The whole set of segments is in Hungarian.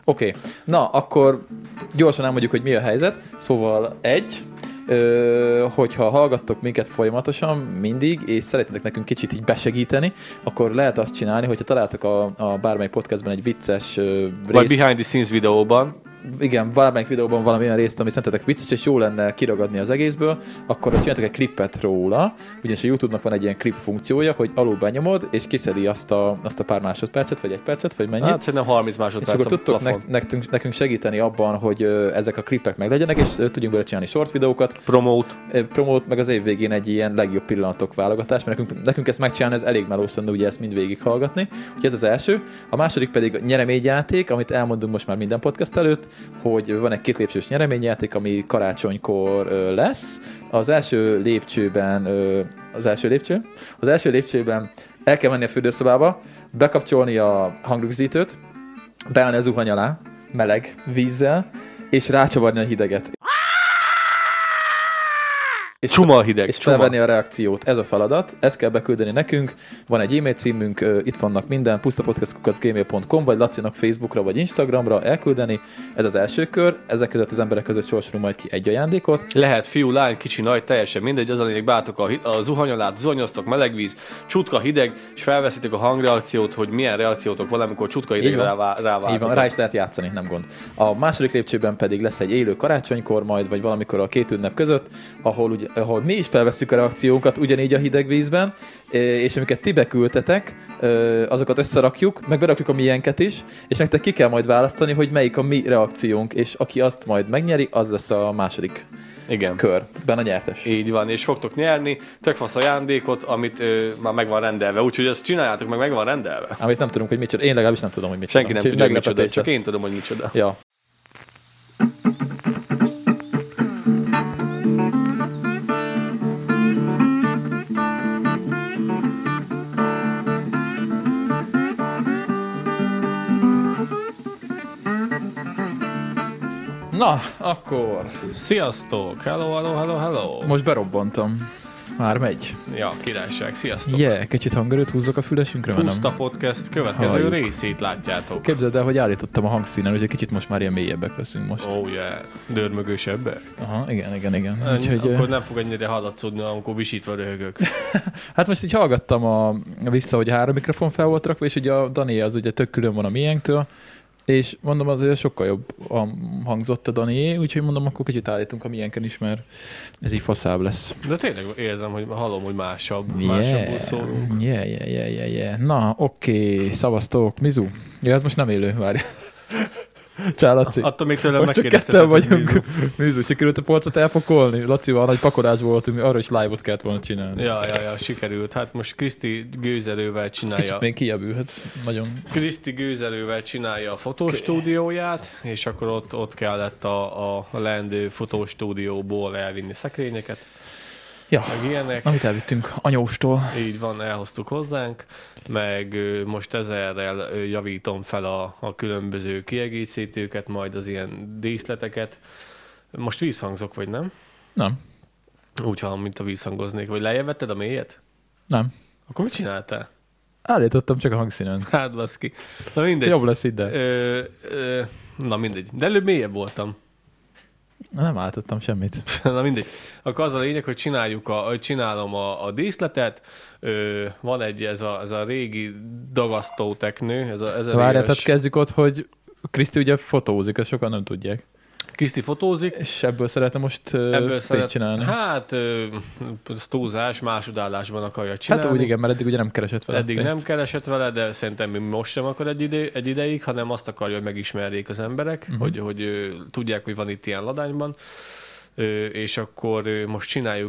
Oké. Na, akkor gyorsan elmondjuk, hogy mi a helyzet. Szóval hogyha hallgattok minket folyamatosan, mindig, és szeretnétek nekünk kicsit így besegíteni, akkor lehet azt csinálni, hogyha találtok a bármely podcastben egy vicces részt. Vagy behind the scenes videóban. Igen, valamelyik videóban valamilyen részt, ami szerintetek vicces, és jó lenne kiragadni az egészből, akkor csináltok egy klippet róla, ugyanis a YouTube-nak van egy ilyen klip funkciója, hogy alul benyomod, és kiszedi azt a pár másodpercet, vagy egy percet, vagy mennyit. Hát szerintem 30 másodperc. És akkor tudtok nekünk segíteni abban, hogy ezek a klippek meglegyenek, és tudjunk bele csinálni short videókat. Promote, meg az év végén egy ilyen legjobb pillanatok válogatás, mert nekünk ezt megcsinálni, ez elég melós lenne, ugye ezt mind végig hallgatni. Úgyhogy ez az első. A második pedig a nyereményjáték, amit elmondunk most már minden podcast előtt, hogy van egy 2 lépcsős nyereményjáték, ami karácsonykor lesz. Az első lépcsőben el kell menni a fürdőszobába, bekapcsolni a hangrögzítőt, beállni a zuhany alá, meleg vízzel, és rácsavarni a hideget. És felvenni a reakciót. Ez a feladat, ezt kell beküldeni nekünk. Van egy e-mail címünk, itt vannak minden, pusztapodcast@gmail.com, vagy Lacinak Facebookra vagy Instagramra elküldeni. Ez az első kör, ezek között az emberek között sorsolunk majd ki egy ajándékot. Lehet fiú, lány, kicsi, nagy, teljesen mindegy, az a lényeg, beálltok a zuhany alá, zuhanyoztok, meleg víz, csutka, hideg, és felveszitek a hangreakciót, hogy milyen reakciótok van, amikor csutka hidegre ráváltok. Így van, rá is lehet játszani, nem gond. A második lépcsőben pedig lesz egy élő karácsonykor majd, vagy valamikor a 2 ünnep között, ahol mi is felvesszük a reakciónkat ugyanígy a hideg vízben, és amiket ti beküldtetek, azokat összerakjuk, meg berakjuk a miénket is, és nektek ki kell majd választani, hogy melyik a mi reakciónk, és aki azt majd megnyeri, az lesz a második körben a nyertes. Így van, és fogtok nyerni tök fasz ajándékot, amit már meg van rendelve, úgyhogy ezt csináljátok, meg van rendelve. Amit nem tudunk, hogy micsoda. Én legalábbis nem tudom, hogy micsoda. Senki nem tudja, hogy micsoda, csak én tudom, hogy micsoda. Ja. Na, akkor... Sziasztok! Hello! Most berobbantam. Már megy. Ja, királyság, sziasztok! Kicsit hangerőt húzzak a fülesünkre, mert Puszta Podcast következő részét látjátok. Képzeld el, hogy állítottam a hangszínen, úgyhogy kicsit most már ilyen mélyebbek leszünk most. Oh yeah, dörmögősebbek. Aha, igen. Úgyhogy... Akkor nem fog ennyire hallatszódni, amikor visítva röhögök. Hát most így hallgattam vissza, hogy 3 mikrofon fel volt rakva, és ugye a Dani az ugye tök külön van a miénktől, és mondom, azért sokkal jobb hangzott a Danié, úgyhogy mondom, akkor kicsit állítunk a miénken is, mert ez így faszább lesz. De tényleg érzem, hogy hallom, hogy másabb szólunk. Yeah. Na, oké, szavaztok. Mizu? Ja, ez most nem élő, várj. Csá, Laci. Attól még tőlem most csak ketten vagyunk. Mizu, sikerült a polcot elpakolni? Lacival nagy pakolás voltunk, arra is live-ot kellett volna csinálni. Ja, sikerült. Hát most Kriszti gőzerővel csinálja. Kicsit még kijavülhetsz. Nagyon. Kriszti gőzerővel csinálja a fotostúdióját, és akkor ott kellett a leendő fotostúdióból elvinni szekrényeket. Ja, meg ilyenek. Amit elvittünk anyóstól. Így van, elhoztuk hozzánk, meg most ezerrel javítom fel a különböző kiegészítőket, majd az ilyen díszleteket. Most vízhangzok, vagy nem? Nem. Úgy hallom, mint a vízhangoznék. Vagy lejjebb vetted a mélyet? Nem. Akkor mit csináltál? Állítottam csak a hangszínen. Hát baszki. Na mindegy. Jobb lesz ide. Na mindegy. De előbb mélyebb voltam. Nem állítottam semmit. Na mindegy. Akkor az a lényeg, hogy csinálom a díszletet. Van ez a régi dagasztó teknő. Várjál, tehát kezdjük ott, hogy Kriszti ugye fotózik, ezt sokan nem tudják. Kriszti fotózik. És ebből szeretne most csinálni. Hát, túlzás, másodállásban akarja csinálni. Hát úgy igen, mert eddig ugye nem keresett vele. Eddig nem keresett vele, de szerintem most sem akar egy ideig, hanem azt akarja, hogy megismerjék az emberek, hogy tudják, hogy van itt ilyen ladányban. És akkor most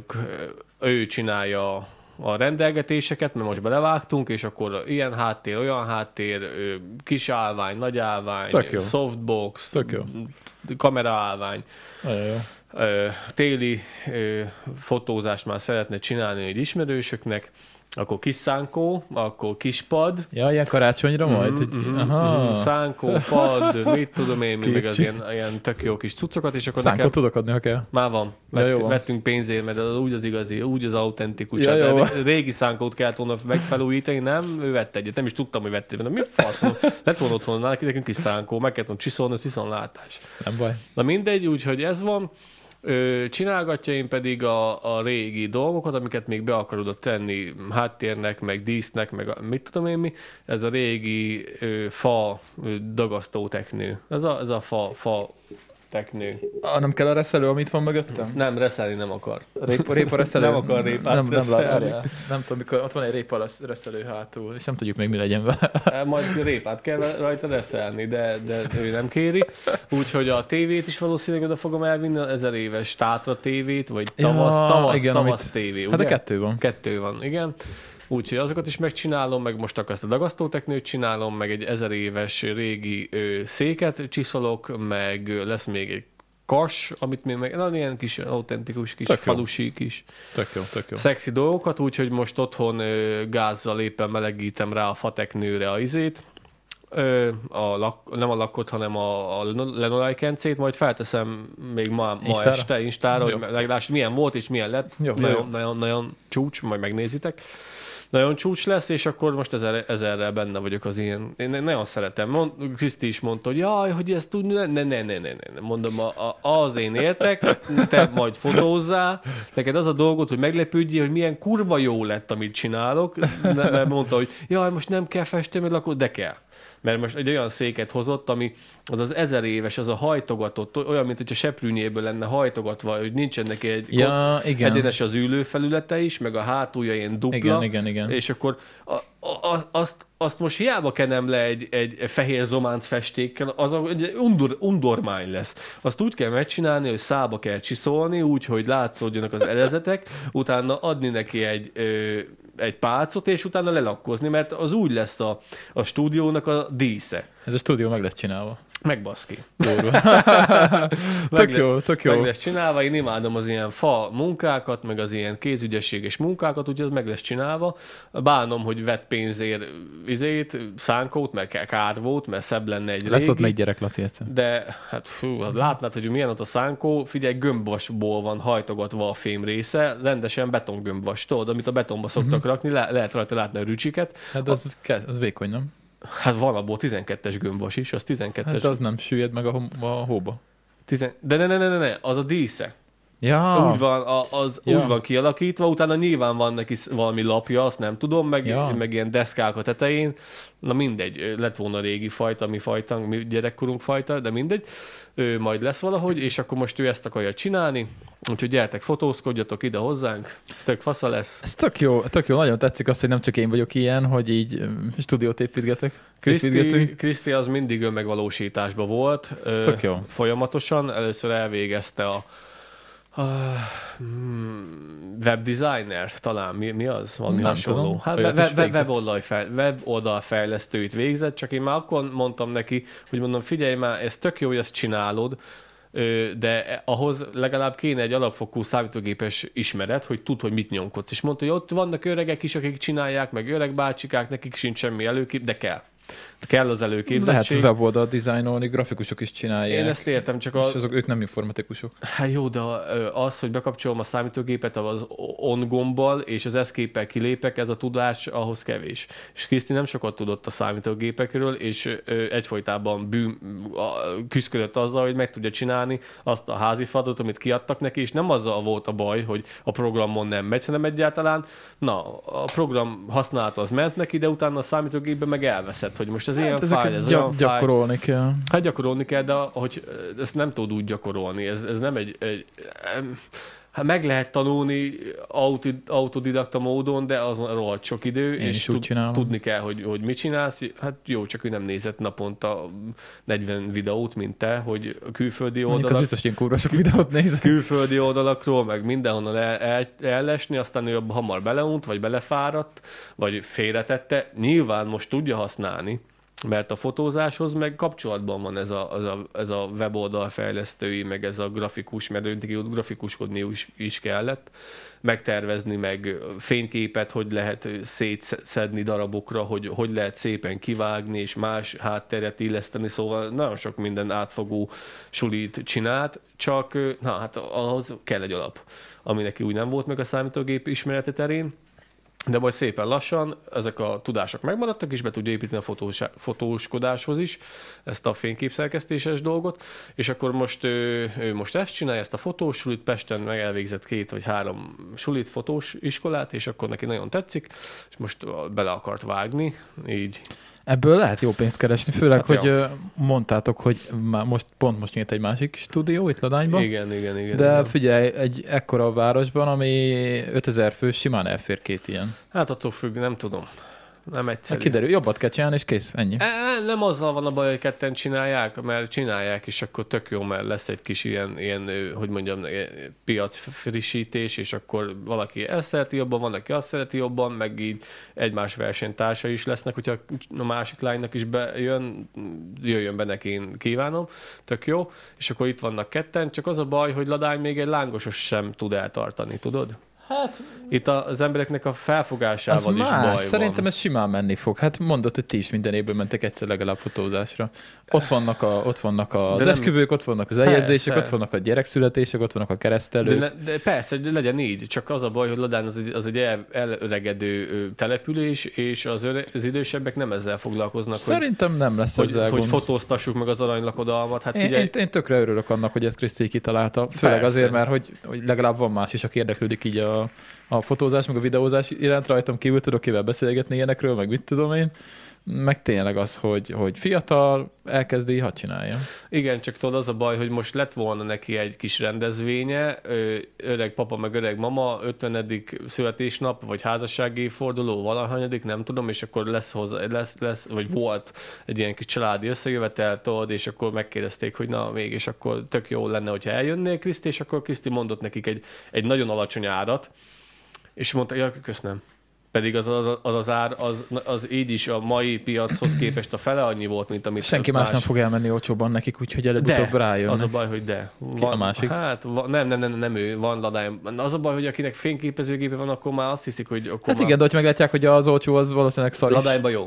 ő csinálja a rendelgetéseket, mert most belevágtunk, és akkor ilyen háttér, olyan háttér, kis állvány, nagy állvány, softbox, kameraállvány. Téli fotózást már szeretne csinálni egy ismerősöknek, akkor kis szánkó, akkor kis pad. Ja, ilyen karácsonyra majd? Szánkó, pad, mit tudom én, meg az ilyen tök jó kis cuccokat, és akkor szánkót tudok adni, ha kell. Már van. Vettünk pénzért, mert az úgy az igazi, úgy az autentikus. Régi szánkót kellett volna megfelújítani, nem? Ő vett egyet, nem is tudtam, hogy vett egyet. Mi fasz? Lett volna otthon, nekünk kis szánkó, meg kellett volna csiszolni, ez viszontlátás. Nem baj. Na mindegy, úgyhogy ez van. Csinálgatja én pedig a régi dolgokat, amiket még be akarod tenni háttérnek, meg dísznek, meg mit tudom én mi. Ez a régi fa dagasztó teknő. Ez a fa teknő. Nem kell a reszelő, amit van mögöttem? Nem, reszelni nem akar. Répa reszelő? Nem akar répát reszelni. Nem tudom, mikor ott van egy répa reszelő hátul, és nem tudjuk még mi legyen vele. Majd répát kell rajta reszelni, de ő nem kéri. Úgyhogy a tévét is valószínűleg oda fogom elvinni, 1000 éves Tátra tévét, vagy tavasz tévé. Hát a 2 van. 2 van, igen. Úgyhogy azokat is megcsinálom, meg most akkor ezt a dagasztóteknőt csinálom, meg egy 1000 éves régi széket csiszolok, meg lesz még egy kas, amit még ilyen kis autentikus, kis falusi kis tök jó. Szexi dolgokat, úgyhogy most otthon gázzal éppen melegítem rá a fateknőre a izét, nem a lakkot, hanem a lenolajkencét, majd felteszem még ma este Instára, hogy meglássd, milyen volt és milyen lett. Nagyon csúcs, majd megnézitek. Nagyon csúcs lesz, és akkor most ezerrel benne vagyok az ilyen. Én nagyon szeretem. Kriszti is mondta, hogy jaj, hogy ezt tudni, ne. Mondom, az én értek, te majd fotózzál. Neked az a dolgot, hogy meglepődjél, hogy milyen kurva jó lett, amit csinálok. Mert mondta, hogy jaj, most nem kell festeni, de kell. Mert most egy olyan széket hozott, ami az 1000 éves, az a hajtogatott, olyan, mint hogyha seprűnyéből lenne hajtogatva, hogy nincsen neki egy egyenes az ülőfelülete is, meg a hátulja ilyen dupla. Igen. És akkor azt most hiába kenem le egy fehér zománc festékkel, az egy undormány lesz. Azt úgy kell megcsinálni, hogy szába kell csiszolni, úgy, hogy látszódjanak az elezetek, utána adni neki egy pálcot, és utána lelakkozni, mert az úgy lesz a stúdiónak a dísze. Ez a stúdió meg lesz csinálva. Megbaszki. Tök jó. Meg lesz csinálva, én imádom az ilyen fa munkákat, meg az ilyen kézügyességes munkákat, úgyhogy az meg lesz csinálva. Bánom, hogy vett pénzért szánkót, meg kárvót, mert szebb lenne egy régi. Lesz ott még gyerek, Laci, egyszer. De hát látnád, hogy milyen ott a szánkó, figyelj, gömbvasból van hajtogatva a fém része, rendesen betongömbvas, tudod, amit a betonba szoktak rakni, lehet rajta látni a rücsiket. Hát az vékony, nem? Hát van abból 12-es gömbvas is, az 12-es. Hát az nem süllyed meg a hóba. De ne, az a dísze. Ja. Úgy van kialakítva, utána nyilván van neki valami lapja, azt nem tudom, meg ilyen deszkák a tetején. Na mindegy, lett volna régi fajta, mi gyerekkorunk fajta, de mindegy. Majd lesz valahogy, és akkor most ő ezt akarja csinálni. Úgyhogy gyertek, fotózkodjatok ide hozzánk, tök fasza lesz. Ez tök jó, nagyon tetszik azt, hogy nem csak én vagyok ilyen, hogy így stúdiót építgetek. Kriszti az mindig önmegvalósításban volt. Ez tök jó. Folyamatosan. Először elvégezte a webdesigner, talán mi az? Valami hasonló. Hát weboldalfejlesztőit végzett, csak én már akkor mondtam neki, hogy mondom, figyelj már, ez tök jó, hogy ezt csinálod, de ahhoz legalább kéne egy alapfokú számítógépes ismeret, hogy tudd, hogy mit nyomkodsz. És mondta, hogy ott vannak öregek is, akik csinálják, meg öreg bácsikák, nekik sincs semmi előkép, de kell. Kell az előképzettség. Lehet weboldalt dizájnolni, grafikusok is csinálják. Én ezt értem, csak és ők nem informatikusok. Hát jó, de az, hogy bekapcsolom a számítógépet az on gombbal, és az eszképpel kilépek, ez a tudás ahhoz kevés. És Kriszti nem sokat tudott a számítógépekről, és egyfolytában küzdött azzal, hogy meg tudja csinálni azt a házi feladatot, amit kiadtak neki, és nem azzal volt a baj, hogy a programon nem megy, hanem egyáltalán, a program használata az ment neki, de utána a számítógépben meg elveszett, hogy most ez ilyen fáj, ez olyan fáj. Gyakorolni kell. Hát gyakorolni kell, de hogy ezt nem tudod úgy gyakorolni. Ez nem hát meg lehet tanulni autodidakta módon, de az rohadt sok idő, én és tudni kell, hogy mit csinálsz. Hát jó, csak ő nem nézett naponta 40 videót, mint te, hogy külföldi oldalak. Az biztos, hogy én kurva sok videót nézek. Külföldi oldalakról, meg mindenhonnan ellesni, aztán ő hamar beleunt, vagy belefáradt, vagy félretette. Nyilván most tudja használni, Mert a fotózáshoz meg kapcsolatban van ez a weboldal fejlesztői, meg ez a grafikus, mert őt grafikuskodni is kellett, megtervezni, meg fényképet, hogy lehet szétszedni darabokra, hogy lehet szépen kivágni, és más hátteret illeszteni, szóval nagyon sok minden átfogó sulit csinált, csak hát ahhoz kell egy alap, ami neki úgy nem volt meg a számítógép ismerete terén, de majd szépen lassan ezek a tudások megmaradtak, és be tudja építeni a fotóskodáshoz is ezt a fényképszerkesztéses dolgot, és akkor most ő most ezt csinálja, ezt a fotós sulit, Pesten meg elvégzett 2 vagy 3 sulit fotós iskolát, és akkor neki nagyon tetszik, és most bele akart vágni, így. Ebből lehet jó pénzt keresni, főleg, Hát hogy jó. Mondtátok, hogy most nyílt egy másik stúdió itt Ladányban. Igen. De igen. figyelj, egy ekkora városban, ami 5000 fős, simán elfér 2 ilyen. Hát attól függ, nem tudom. Nem egyszerű. Kiderül, jobbat kell csinálni, és kész, ennyi. Nem azzal van a baj, hogy ketten csinálják, mert csinálják, és akkor tök jó, mert lesz egy kis ilyen hogy mondjam, piac frissítés, és akkor valaki ezt szereti jobban, van, aki azt szereti jobban, meg így egymás versenytársa is lesznek, hogyha a másik lánynak is jöjjön be neki, én kívánom, tök jó, és akkor itt vannak ketten, csak az a baj, hogy Ladány még egy lángosos sem tud eltartani, tudod? Hát, itt az embereknek a felfogásával is baj van. Szerintem ez simán menni fog. Hát mondod, hogy ti is minden évben mentek egyszer legalább fotózásra. Ott vannak az esküvők, ott vannak az eljegyzések, ott vannak a gyerekszületések, ott vannak a keresztelők. De persze, legyen így. Csak az a baj, hogy Ladán az egy elöregedő település, és az idősebbek nem ezzel foglalkoznak. Szerintem nem lesz ezzel hogy fotóztassuk meg az aranylakodalmat. Hát figyelj. Én tökre örülök annak, hogy ezt Kriszti kitalálta. Főleg persze. Azért, mert hogy legalább van más is, aki érdeklődik így a fotózás, meg a videózás iránt, rajtam kívül tudok kivel beszélgetni ilyenekről, meg mit tudom én. Meg tényleg az, hogy fiatal, elkezdi, hadd csinálja. Igen, csak tudod, az a baj, hogy most lett volna neki egy kis rendezvénye, öreg papa meg öreg mama, 50. születésnap, vagy házassági évforduló, valahanyadik, nem tudom, és akkor lesz, vagy volt egy ilyen kis családi összejövetel, tudod, és akkor megkérdezték, hogy na, mégis akkor tök jó lenne, hogyha eljönnél, Kriszti, és akkor Kriszti mondott nekik egy nagyon alacsony árat, és mondta, ja, köszönöm. Pedig az ár, az így is a mai piachoz képest a fele annyi volt, mint amit... Senki más nem fog elmenni olcsóban nekik, úgyhogy előbb-utóbb rájön. Az a baj, hogy a másik? Hát nem ő, van Ladány. Az a baj, hogy akinek fényképezőgépe van, akkor már azt hiszik, hogy... Hát igen, de hogy meglátják, hogy az olcsó, az valószínűleg szar is. Ladányban jó.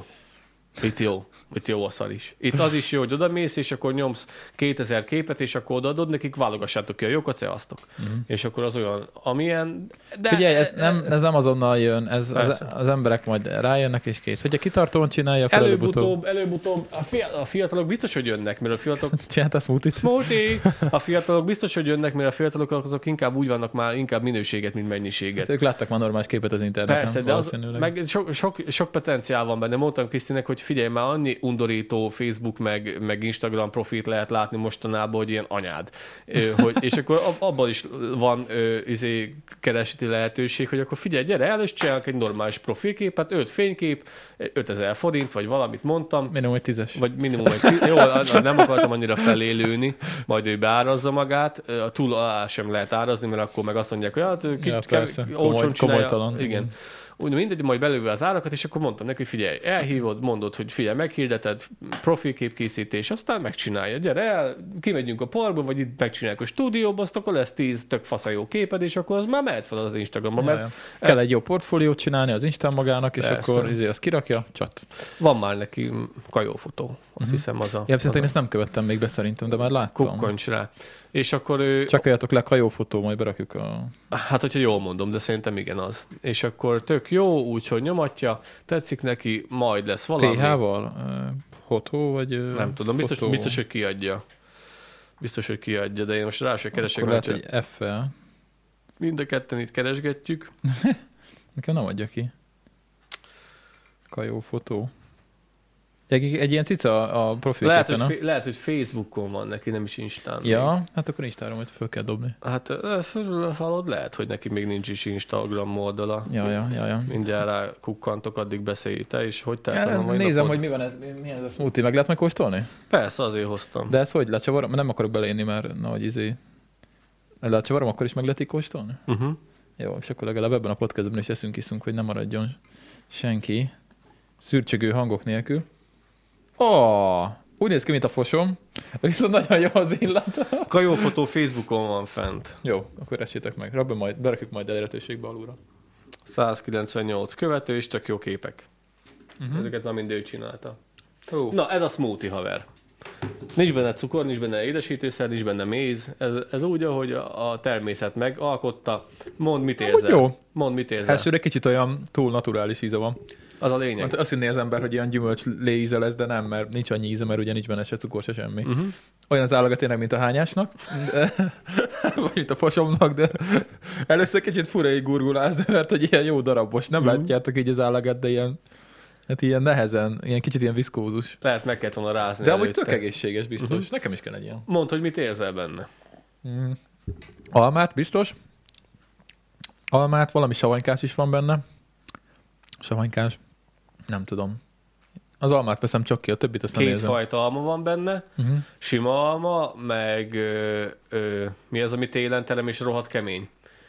Itt jó a szar is. Itt az is jó, hogy odamész, és akkor nyomsz 2000 képet, és akkor odaadod nekik, válogassátok ki a jókat, szevasztok. És akkor az olyan, amilyen... De figyelj, ez nem azonnal jön, az emberek majd rájönnek, és kész. Hogyha kitartóan csinálja, akkor előbb-utóbb a fiatalok biztos, hogy jönnek, mert a fiatalok... Csináltál smoothie? A fiatalok biztos, hogy jönnek, mert a fiatalok azok inkább úgy vannak már, inkább minőséget, mint mennyiséget. Hát ők láttak már normális képet az interneten. Persze, de meg sok potenciál van benne. Mondtam Krisztinek, hogy figyelj, már annyi undorító Facebook meg Instagram profilt lehet látni mostanában, hogy ilyen anyád. És akkor abban is van kereseti lehetőség, hogy akkor figyelj, gyere el, és csinálok egy normális profilképet, 5 fénykép, 5000 forint, vagy valamit mondtam. Minimum egy 10-es. Vagy minimum egy 10. Jó, nem akartam annyira felélőni, majd ő beárazza magát, túl alá sem lehet árazni, mert akkor meg azt mondják, hogy hát olcsón csinálja. Igen. Úgy mindegy, majd belőle az árakat, és akkor mondtam neki, hogy figyelj, elhívod, mondod, hogy figyelj, meghirdeted, profilképkészítés, aztán megcsinálja, gyere el, kimegyünk a parkba, vagy itt megcsináljuk a stúdióba, azt akkor lesz 10 tök faszajó képed, és akkor az már mehet fel az Instagramra. Mert kell egy jó portfóliót csinálni az Instán magának, és persze. akkor azt kirakja, csat. Van már neki kajófotó, azt hiszem az a... Ja, én ezt nem követtem még be szerintem, de már láttam. Kukkancs rá. És akkor csak olyatok le, kajófotó, majd berakjuk a... Hát, hogyha jól mondom, de szerintem igen az. És akkor tök jó, úgyhogy nyomatja, tetszik neki, majd lesz valami. PH-val? Hotó, vagy... Nem tudom, biztos, hogy kiadja. Biztos, hogy kiadja, de én most rá se keresek. Akkor lehet, hogy F-fel. Mind a ketten itt keresgetjük. Nekem nem adja ki. Kajófotó. Egy ilyen cica a profilképen, lehet, hogy Facebookon van neki, nem is Instán. Ja, még. hát akkor Instára majd föl kell dobni. Hát hallod, lehet, hogy neki még nincs is Instagram oldala. Ja. Mindjárt rá kukkantok, addig beszélj te is. Hogy teltem nézem, hogy milyen ez a smoothie. Meg lehet majd kóstolni? Persze, azért hoztam. De ez hogy lecsavarom? Nem akarok beleérni már, hogy lecsavarom, akkor is meg lehet így kóstolni? Jó, és akkor legalább ebben a podcastban is iszunk, hogy nem maradjon senki szürcsögő hangok nélkül. Úgy néz ki, mint a fosom. Viszont nagyon jó az illat. Kajófotó Facebookon van fent. Jó, akkor essétek meg. Berakjuk majd elérhetőségbe alulra. 198 követő, és tök jó képek. Ezeket már mind ő csinálta. Na, ez a smoothie, haver. Nincs benne cukor, nincs benne édesítőszer, nincs benne méz. Ez úgy, ahogy a természet megalkotta. Mondd, mit érzel. Jó. Mondd, mit érzel. Elsőre kicsit olyan túl naturális íze van. Az a lényeg. Azt hinné az ember, hogy ilyen gyümölcs íze lesz, de nem, mert nincs annyi íze, mert ugye nincs benne se cukor, se semmi. Olyan az állaga tényleg, mint a hányásnak, vagy mint a fosomnak, de először kicsit fura egy gurgulás, de mert hogy ilyen jó darabos. Nem látjátok így az állagat, de ilyen, hát ilyen nehezen, ilyen kicsit ilyen viszkózus. Lehet meg kellett volna rázni. De amúgy tök egészséges, biztos. Nekem is kell egy ilyen. Mondd, hogy mit érzel benne. Almát, biztos. Almát, valami savanykás is van benne. Savanykás. Nem tudom. Az almát veszem csak ki, a többit azt nem érzem. Két fajta alma van benne. Sima alma, meg mi az, ami télen terem és rohadt kemény?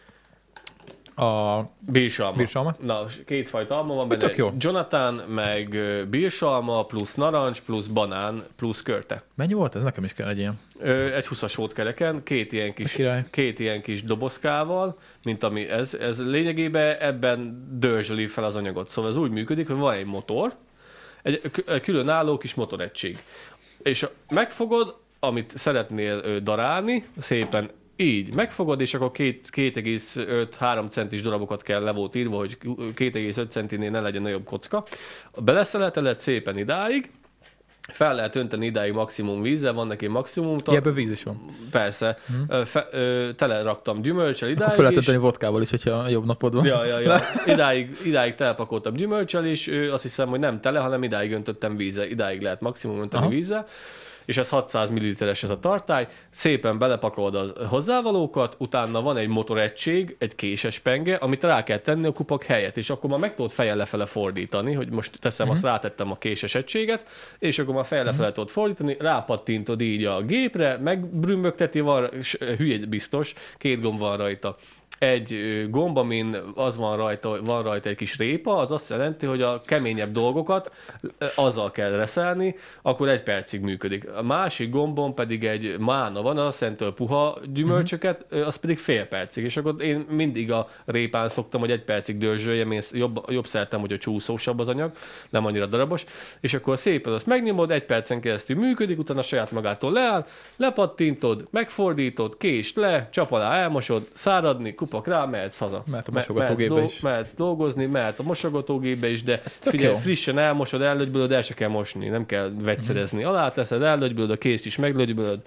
A bírsalma. Na, két fajta alma van benne. Jonathan, meg bírsalma, plusz narancs, plusz banán, plusz körte. Mennyi volt ez? Nekem is kell egy ilyen. Egy 20-as volt kereken, két ilyen kis dobozkával, mint ami ez lényegében ebben dörzsöli fel az anyagot. Szóval ez úgy működik, hogy van egy motor, egy különálló kis motoregység. És megfogod, amit szeretnél darálni, szépen így megfogod, és akkor 2,5-3 centis darabokat kell, le volt írva, hogy 2,5 centinél ne legyen nagyobb kocka. Beleszeleteled szépen idáig, fel lehet önteni idáig maximum vízzel, van neki maximum. Ebben víz is van. Persze. Tele raktam gyümölcsel idáig. Akkor fel lehet önteni vodkával is, hogyha jobb napod van. Ja. Idáig telepakoltam gyümölcsel, és azt hiszem, hogy nem tele, hanem idáig öntöttem vízzel. Idáig lehet maximum önteni vízzel. És ez 600 ml-es ez a tartály, szépen belepakolod a hozzávalókat, utána van egy motoregység, egy késes penge, amit rá kell tenni a kupak helyett, és akkor már meg tudod fejjel lefele fordítani, hogy most teszem, azt rátettem a késes egységet, és akkor már fejjel lefele tudod fordítani, rápattintod így a gépre, megbrümbögteti, van hülye biztos, 2 gomb van rajta. Egy gomb, amin van rajta egy kis répa, az azt jelenti, hogy a keményebb dolgokat azzal kell reszelni, akkor 1 percig működik. A másik gombon pedig egy mána van, azt jelenti, hogy puha gyümölcsöket, az pedig fél percig. És akkor én mindig a répán szoktam, hogy 1 percig dörzsöljem, én jobb szeretem, hogy a csúszósabb az anyag, nem annyira darabos. És akkor szépen azt megnyomod, 1 percen keresztül működik, utána saját magától leáll, lepattintod, megfordítod, kést le, csap alá, elmosod, száradni, kupak rá, mehetsz haza. Mehet a mosogatógépbe is. Mehetsz dolgozni, mehet a mosogatógépbe is, de figyelj, frissen elmosod, ellögybölöd, el se kell mosni, nem kell vegyszerezni. Alá teszed, ellögybölöd, a kést is meglögybölöd,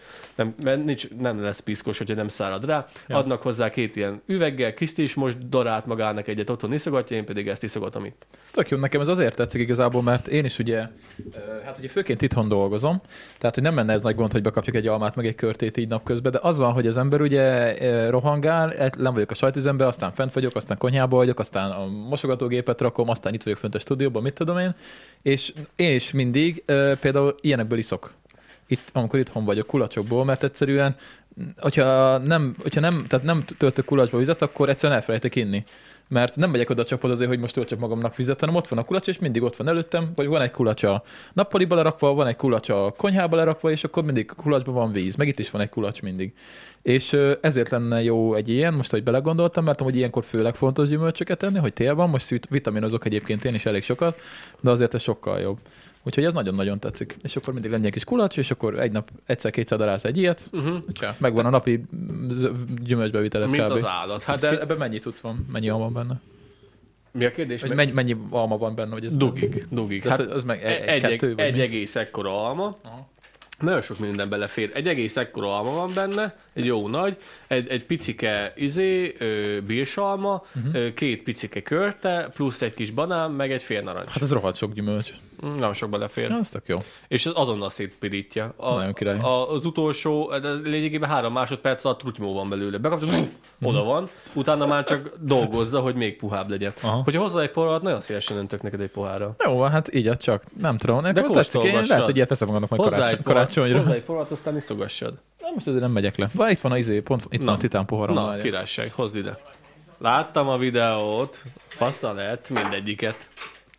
nem lesz piszkos, hogyha nem szárad rá. Ja. Adnak hozzá 2 ilyen üveggel, Kriszti is most darált magának egyet, otthon iszogatja, én pedig ezt iszogatom itt. Tök jó, nekem ez azért tetszik igazából, mert én is ugye, hát ugye főként itthon dolgozom, tehát hogy nem menne ez nagy gond, hogy bekapjuk egy almát, meg egy körtét így napközben, de az van, hogy az ember ugye rohangál, nem vagyok a sajtüzembe, aztán fent vagyok, aztán konyhába vagyok, aztán a mosogatógépet rakom, aztán itt vagyok fönt a stúdióban, mit tudom én, és én is mindig például ilyenekből iszok. Amikor itthon vagyok, kulacsokból, mert egyszerűen, hogyha nem töltök kulacsba vizet, akkor egyszerűen elfelejtek inni. Mert nem megyek oda csapod azért, hogy most töltsek magamnak vizet, hanem ott van a kulacs, és mindig ott van előttem, vagy van egy kulacs a nappaliba lerakva, van egy kulacs a konyhába lerakva, és akkor mindig kulacsban van víz, meg itt is van egy kulacs mindig. És ezért lenne jó egy ilyen, most hogy belegondoltam, mert hogy ilyenkor főleg fontos gyümölcsöket enni, hogy tél van, most vitaminozok egyébként én is elég sokat, de azért ez sokkal jobb. Úgyhogy ez nagyon-nagyon tetszik. És akkor mindig lenne egy kis kulacs, és akkor egy nap egyszer-kétszer darálsz egy ilyet, megvan a napi gyümölcsbevitelet mint kb. Az állat. Hát de ebben mennyi cucc van? Mennyi alma van benne? Mi a kérdés? Mennyi alma van benne? Hogy ez Dugig. Hát az meg egy egész ekkora alma. Aha. Nagyon sok minden belefér. Egy egész ekkora alma van benne, egy jó nagy, egy picike bírsalma, 2 picike körte, plusz egy kis banán, meg egy fél narancs. Hát ez rohadt sok gyümölcs. Nem sok belefér. Az tök jó. És azonnal szétpirítja. Nagyon király. Az utolsó, lényegében 3 másodperc alatt trutymó van belőle. Bekapcsolod, oda van, utána már csak dolgozza, hogy még puhább legyen. Aha. Hogyha hozzá egy poharat, nagyon szívesen öntök neked egy pohárra. Jó, hát így csak. Nem tudom. De lehet, hogy ilyet veszem magadnak majd karácsonyra. Hozzá egy poharat, aztán iszogassad. Most azért nem megyek le. Itt van itt van a titán poharam. Na, királyság, hozd ide. Láttam a videót, fassa lett mindegyiket.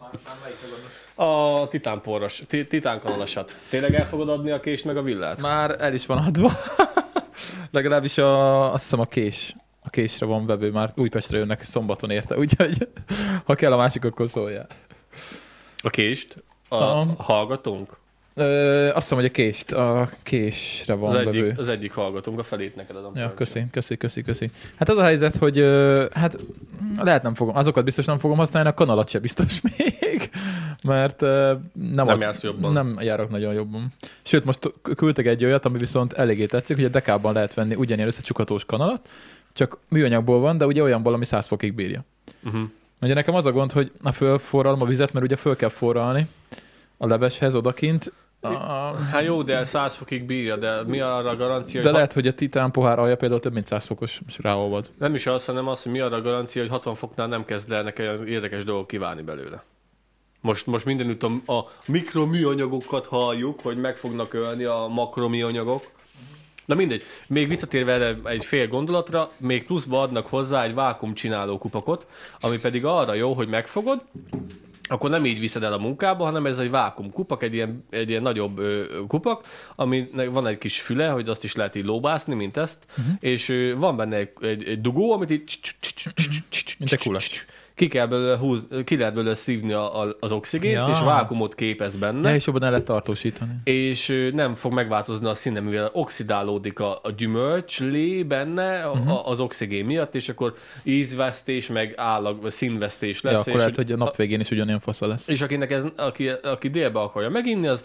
A titánkanalasat. Tényleg el fogod adni a kést meg a villát? Már el is van adva. Legalábbis azt hiszem a késre van vevő, már Újpestre jönnek szombaton érte, úgyhogy ha kell a másik, akkor szóljál. A kést? Hallgatónk? Azt hiszem, hogy a késre van vevő. Az egyik hallgatónk, a felét neked adom. Ja, köszi. Hát az a helyzet, hogy lehet nem fogom, azokat biztos nem fogom használni, a kanalat se biztos még, mert nem jársz jobban. Nem járok nagyon jobban. Sőt, most küldtek egy olyat, ami viszont eléggé tetszik, hogy a Dekában lehet venni ugyanilyen összecsukhatós kanalat, csak műanyagból van, de ugye olyanból, ami 100 fokig bírja. Ugye nekem az a gond, hogy fölforralom a vizet, mert ugye föl kell forralni a leveshez odakint. Hát jó, de 100 fokig bírja, de mi arra a garancia, de lehet, hogy a titán pohár alja például több mint 100 fokos, és ráolvad. Nem is az, hanem az, hogy mi arra a garancia, hogy 60 foknál nem kezd el olyan érdekes dolgok kívánni belőle. Most mindenütt a mikroműanyagokat halljuk, hogy meg fognak ölni a makroműanyagok. Na mindegy, még visszatérve erre egy fél gondolatra, még pluszba adnak hozzá egy vákuumcsináló kupakot, ami pedig arra jó, hogy megfogod, akkor nem így viszed el a munkába, hanem ez egy vákuum kupak, egy ilyen nagyobb kupak, aminek van egy kis füle, hogy azt is lehet így lóbászni, mint ezt, és van benne egy dugó, amit így mint egy kulacs. Ki lehet belőle szívni az oxigént, és vákuumot képez benne. Ja, és jobban el lehet tartósítani. És nem fog megváltozni a színe, mivel oxidálódik a gyümölcslé benne az oxigén miatt, és akkor ízvesztés, meg színvesztés lesz. Ja, akkor lehet, hogy a nap végén is ugyanilyen fasza lesz. És aki délbe akarja meginni, az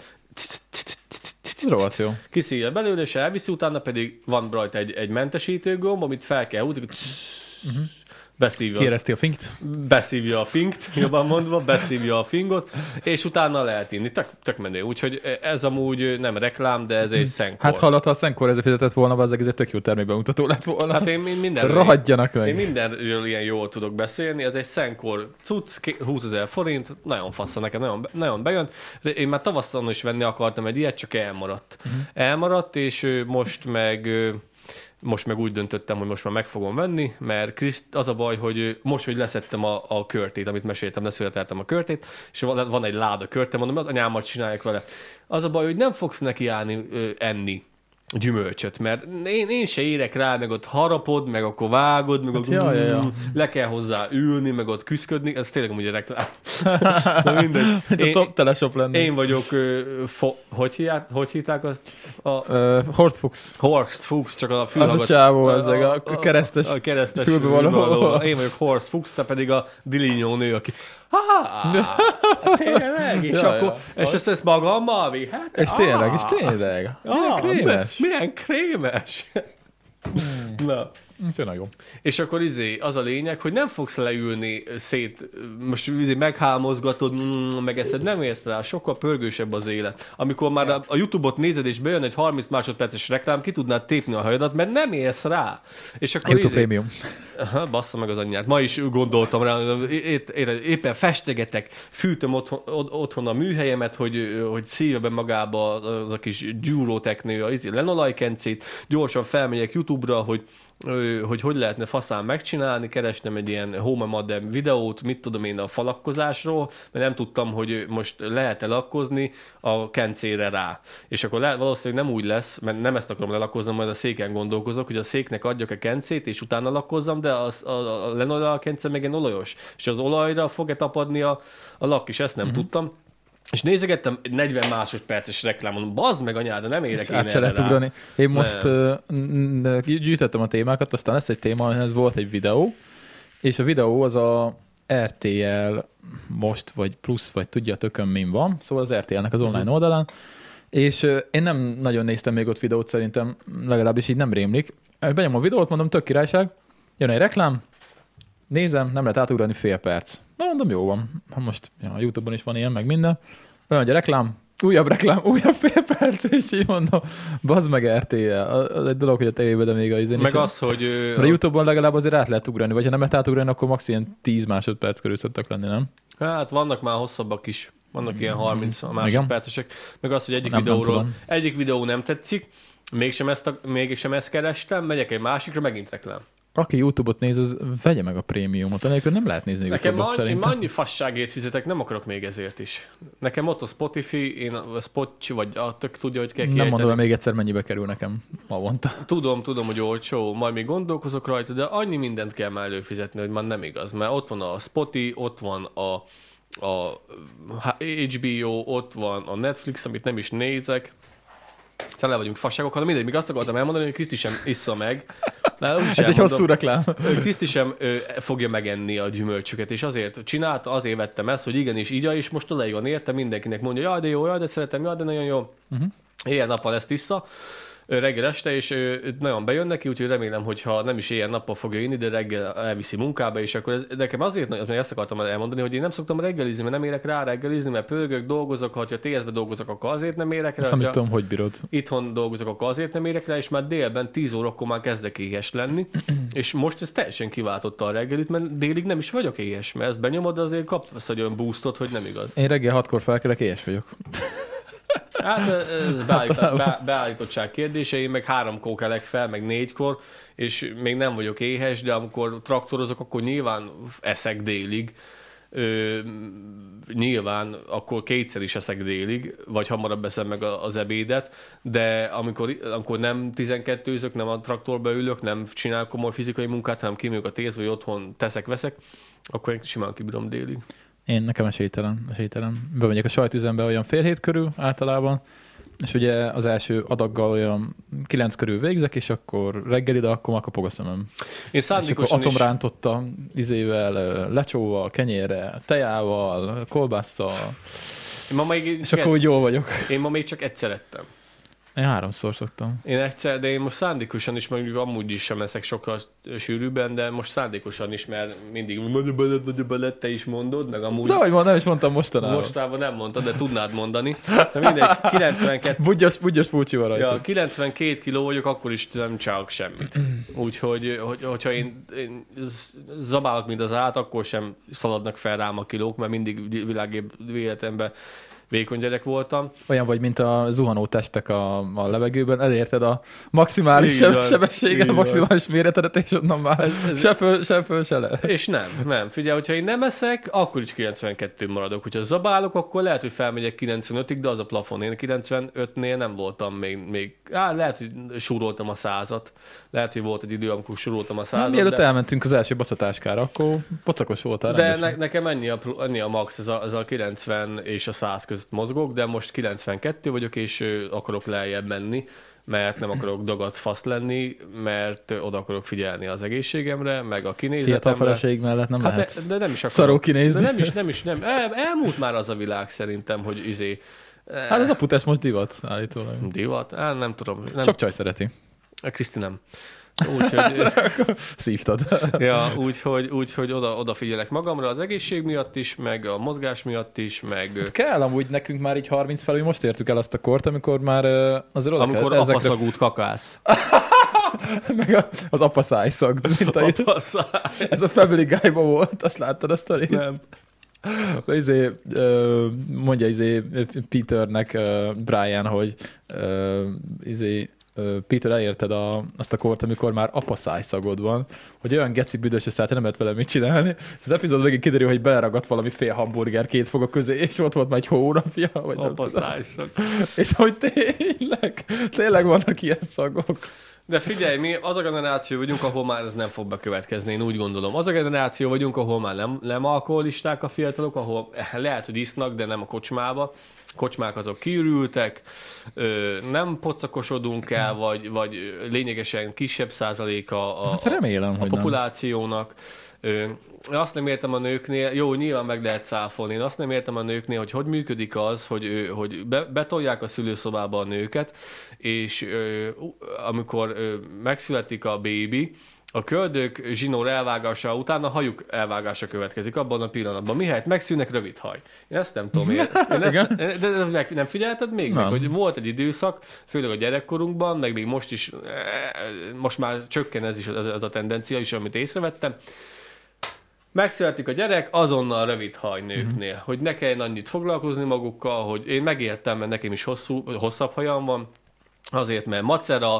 kiszívja belőle, és elviszi, utána pedig van rajta egy mentesítő gomb, amit fel kell húzni, Kérezti a finkt? Beszívja a finkt, jobban mondva, beszívja a fingot, és utána lehet inni. Tök menő. Úgyhogy ez amúgy nem reklám, de ez egy Szenkor. Hát hallotta, a Szenkor ezzel fizetett volna, az egész egy tök jó termékbemutató lett volna. Hát én Rohadjanak meg. Én mindenről ilyen jól tudok beszélni. Ez egy Szenkor cucc, 20 000 forint, nagyon fassza nekem, nagyon bejön. Én már tavasszal is venni akartam egy ilyet, csak elmaradt. Elmaradt, és most meg úgy döntöttem, hogy most már meg fogom venni, mert az a baj, hogy most, hogy leszettem a körtét, amit meséltem, leszületeltem a körtét, és van egy láda körte, mondom, az anyámat csinálják vele. Az a baj, hogy nem fogsz nekiállni enni gyümölcsöt, mert én se érek rá, meg ott harapod, meg akkor vágod, meg akkor le kell hozzá ülni, meg ott küszködni, ez tényleg amúgy a reklám. Na mindegy. A teleshop lenne. Én vagyok, hogy hívták azt? Horst Fuchs, csak a fülhallgat. Az a csávó, a keresztes fülbevaló. Én vagyok Horst Fuchs, te pedig a Dilinyó nő, aki tényleg, és akkor, és ezt magammal vihet? És tényleg. Milyen krémes. Na. Tényleg jó. És akkor az a lényeg, hogy nem fogsz leülni most meghámozgatod, megeszed, nem érsz rá, sokkal pörgősebb az élet. Amikor már a YouTube-ot nézed, és bejön egy 30 másodperces reklám, ki tudnád tépni a hajadat, mert nem érsz rá. És akkor YouTube Premium. Bassza meg az anyját. Ma is gondoltam rá, éppen festegetek, fűtöm otthon a műhelyemet, hogy szívja be magába az a kis gyúróteknő, a lenolajkencét, gyorsan felmegyek YouTube-ra, hogy lehetne faszán megcsinálni, keresnem egy ilyen home modem videót, mit tudom én a falakkozásról, mert nem tudtam, hogy most lehet-e lakkozni a kencére rá. És akkor valószínűleg nem úgy lesz, mert nem ezt akarom lelakkoznom, majd a széken gondolkozok, hogy a széknek adjak a kencét, és utána lakkozzam, de a lenolajkence meg egy olajos. És az olajra fog-e tapadni a lak is, ezt nem tudtam. És nézegettem egy 40 másodperces reklámon, bazd meg anyád, de nem érek én erre rá. Én most gyűjtöttem a témákat, aztán lesz egy téma, ez volt egy videó, és a videó az a RTL most, vagy plusz, vagy tudja tökön min van, szóval az RTL-nek az online oldalán, és én nem nagyon néztem még ott videót, szerintem legalábbis így nem rémlik. Benyomom a videót, mondom, tök királyság, jön egy reklám, nézem, nem lehet átugrani fél perc. Na mondom, jó van. Ha most a YouTube-on is van ilyen, meg minden. Olyan, hogy a reklám, újabb fél perc, és így mondom, bazd meg RTL. Az egy dolog, hogy a tévében, de még az meg az, hogy... a YouTube-on legalább azért át lehet ugrani, vagy ha nem lehet átugrani, akkor max. Ilyen 10 másodperc körül szoktak lenni, nem? Hát vannak már hosszabbak is. Vannak ilyen 30 másodpercesek. Meg az, hogy egyik videó nem tetszik, mégsem ezt kerestem, megyek egy másikra, megint reklám. Aki YouTube-ot néz, az vegye meg a prémiumot, enélkül nem lehet nézni YouTube-ot szerintem. Én annyi fasságért fizetek, nem akarok még ezért is. Nekem ott a Spotify, én a Spotify, vagy a tök tudja, hogy kell kiejteni. Nem mondom, még egyszer mennyibe kerül nekem havonta. Tudom, hogy olcsó, majd még gondolkozok rajta, de annyi mindent kell már előfizetni, hogy már nem igaz. Mert ott van a Spotify, ott van a HBO, ott van a Netflix, amit nem is nézek. Tele vagyunk fasságok, hanem mindegy, még azt akartam elmondani, hogy Kriszti sem issza meg. Ez egy hosszú reklám. Kriszti sem fogja megenni a gyümölcsöket, és azért csinálta, azért vettem ezt, hogy igenis így, és most odaig van érte, mindenkinek mondja, jaj, de jó, jaj, de szeretem, jaj, de nagyon jó. Éjjel-nappal ezt issza, reggel este, és nagyon bejön neki, úgyhogy remélem, hogyha nem is éjjel-nappal fogja inni, de reggel elviszi munkába, és akkor nekem azért ezt akartam elmondani, hogy én nem szoktam reggelizni, mert nem érek rá reggelizni, mert pörgök, dolgozok, ha TS-be dolgozok, akkor azért nem érek rá. Nem is tudom, hogy bírod. Itthon dolgozok, akkor azért nem érek rá, és már délben 10 órakor már kezdek éhes lenni, és most ez teljesen kiváltotta a reggelit, mert délig nem is vagyok éhes, mert ezt benyomod, azért kapsz egy olyan boostot, hogy nem igaz. Én reggel 6-kor felkelek, éhes vagyok. Hát ez beállítottság kérdése, én meg 3-kor kelek fel, meg 4-kor, és még nem vagyok éhes, de amikor traktorozok, akkor nyilván eszek délig, nyilván akkor kétszer is eszek délig, vagy hamarabb eszem meg az ebédet, de amikor nem 12-zök, nem a traktorba ülök, nem csinálok komoly fizikai munkát, hanem kimegyek a tész, vagy otthon teszek-veszek, akkor én simán kibírom délig. Nekem esélytelen. Bemegyek a sajtüzembe olyan 6:30 körül általában, és ugye az első adaggal olyan 9 körül végzek, és akkor reggel akkor már kapog a szemem. Én szándékosan és akkor atomrántotta lecsóval, kenyérre, tejával, kolbásszal, és akkor úgy jól vagyok. Én ma még csak egyszer ettem. Én 3-szor szoktam. Én egyszer, de én most szándékosan is, mondjuk amúgy is sem eszek sokkal sűrűbben, de most szándékosan is, mert mindig nagyobb lett, te is mondod, meg amúgy... De hogy nem is mondtam mostanában. Mostában nem mondtad, de tudnád mondani. De mindegy, 92... Budjas fúcsi van rajta. Ja, 92 kiló vagyok, akkor is nem csinálok semmit. Úgyhogy, hogyha én zabálok, mint az állat, akkor sem szaladnak fel rám a kilók, mert mindig életemben vékony gyerek voltam. Olyan vagy, mint a zuhanó testek a levegőben, elérted a maximális sebességet, a maximális méretedet, és onnan már se föl, se le. És nem. Figyelj, hogyha én nem eszek, akkor is 92 maradok. Hogyha zabálok, akkor lehet, hogy felmegyek 95-ig, de az a plafon. Én 95-nél nem voltam még lehet, hogy súroltam a 100-at. Lehet, hogy volt egy idő, amikor súroltam a 100-at. Mielőtt elmentünk az első baszatáskára, akkor pocakos voltál. De nekem ennyi a max, ez a 90 és a 100 között mozgok, de most 92 vagyok, és akarok lejjebb menni, mert nem akarok dagat fasz lenni, mert oda akarok figyelni az egészségemre, meg a kinézetemre. Fiatal feleség mellett nem lehet de nem is szaró kinézni. De nem. Elmúlt már az a világ szerintem, hogy Hát az aputás most divat, állítólag. Divat? Nem tudom. Nem. Sok csaj szereti. Kriszti nem. Úgyhogy... Szívtad. Ja, úgyhogy oda figyelek magamra az egészség miatt is, meg a mozgás miatt is, meg... Hát kell amúgy nekünk már így 30 felül, most értük el azt a kort, amikor már azért oda amikor apaszagút kakász. Meg az apaszájszag, mint a ez a Family Guy-ban volt, azt láttad azt a részt? Nem. Mondja Peternek Brian, hogy Peter, elérted azt a kort, amikor már apaszájszagod van, hogy olyan geci büdös összeállt, nem lehet vele mit csinálni, és az epizód végén kiderül, hogy beleragadt valami fél hamburger 2 foga közé, és ott volt már egy hónapja, vagy apaszájszag. És hogy tényleg vannak ilyen szagok. De figyelj, mi az a generáció vagyunk, ahol már ez nem fog bekövetkezni, én úgy gondolom. Az a generáció vagyunk, ahol már nem alkoholisták a fiatalok, ahol lehet, hogy isznak, de nem a kocsmába. Kocsmák azok kiürültek, nem pocakosodunk el, vagy lényegesen kisebb százaléka a populációnak. Azt nem értem a nőknél, jó, nyilván meg lehet cáfolni, én azt nem értem a nőknél, hogy működik az, hogy betolják a szülőszobába a nőket, és amikor megszületik a bébi, a köldök zsinór elvágása után a hajuk elvágása következik abban a pillanatban. Mihelyt megszűnnek, rövid haj. Én ezt nem tudom. De nem figyelted még? Meg, hogy volt egy időszak, főleg a gyerekkorunkban, meg még most is, most már csökken ez a tendencia is, amit észrevettem. Megszületik a gyerek, azonnal rövid haj nőknél. Hogy ne kelljen annyit foglalkozni magukkal, hogy én megértem, mert nekem is hosszabb hajam van, azért, mert macera,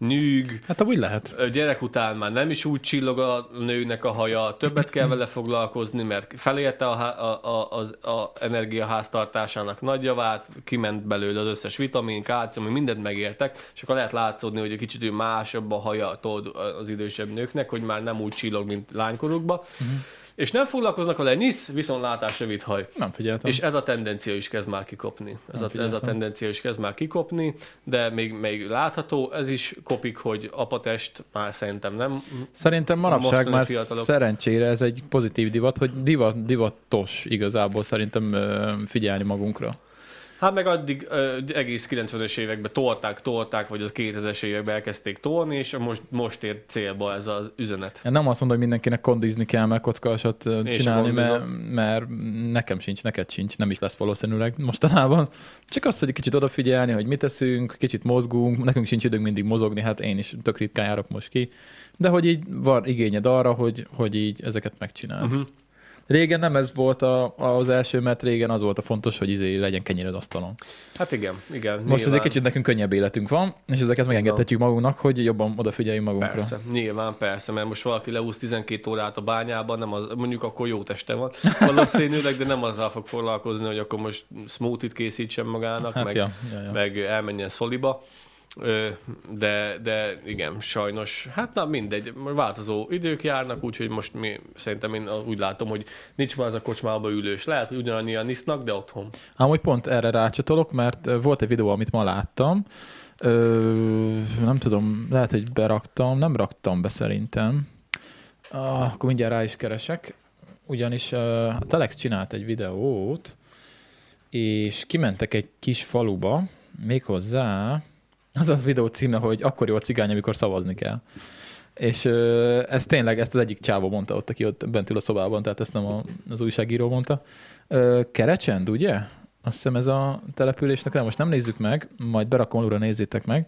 nyűg. Hát amúgy lehet. Gyerek után már nem is úgy csillog a nőnek a haja, többet kell vele foglalkozni, mert felérte a energiaháztartásának nagy javát, kiment belőle az összes vitamin, kálcium, mindent megértek, és akkor lehet látszódni, hogy egy kicsit másabb a haja az idősebb nőknek, hogy már nem úgy csillog, mint lánykorukba. És nem foglalkoznak vele, viszontlátásra vitt haj. Nem figyeltem. És ez a tendencia is kezd már kikopni. Ez a tendencia is kezd már kikopni, de még látható, ez is kopik, hogy apatest már szerintem nem. Szerintem manapság már fiatalok. Szerencsére ez egy pozitív divat, hogy divatos igazából szerintem figyelni magunkra. Hát meg addig egész 90-es években tolták, vagy az 2000-es években elkezdték tolni, és most ért célba ez az üzenet. Én nem azt mondom, hogy mindenkinek kondizni kell, meg kockásat csinálni, mert nekem sincs, neked sincs, nem is lesz valószínűleg mostanában. Csak az, hogy egy kicsit odafigyelni, hogy mit teszünk, kicsit mozgunk, nekünk sincs időnk mindig mozogni, hát én is tök ritkán járok most ki. De hogy így van igényed arra, hogy így ezeket megcsinálni. Régen nem ez volt az első, mert régen az volt a fontos, hogy legyen kenyéred asztalon. Hát igen. Most azért kicsit nekünk könnyebb életünk van, és ezeket megengedhetjük magunknak, hogy jobban odafigyeljünk magunkra. Persze, nyilván persze, mert most valaki leúsz 12 órát a bányában, nem az, mondjuk akkor jó teste van valószínűleg, de nem azzal fog foglalkozni, hogy akkor most smoothie-t készítsen magának, hát meg elmenjen szoliba. De igen, sajnos, hát na mindegy, változó idők járnak, úgyhogy most szerintem én úgy látom, hogy nincs már az a kocsmába ülős. Lehet, hogy ugyanannyian isznak, de otthon. Amúgy pont erre rácsatolok, mert volt egy videó, amit ma láttam, nem tudom, lehet, hogy beraktam, nem raktam be szerintem, akkor mindjárt rá is keresek, ugyanis a Telex csinált egy videót, és kimentek egy kis faluba, méghozzá az a videó címe, hogy akkor jó a cigány, amikor szavazni kell. És ez tényleg, ezt az egyik csávó mondta ott, aki ott bent ül a szobában, tehát ezt nem az újságíró mondta. Kerecsend, ugye? Azt hiszem ez a településnek, most nem nézzük meg, majd berakom alulra, nézzétek meg.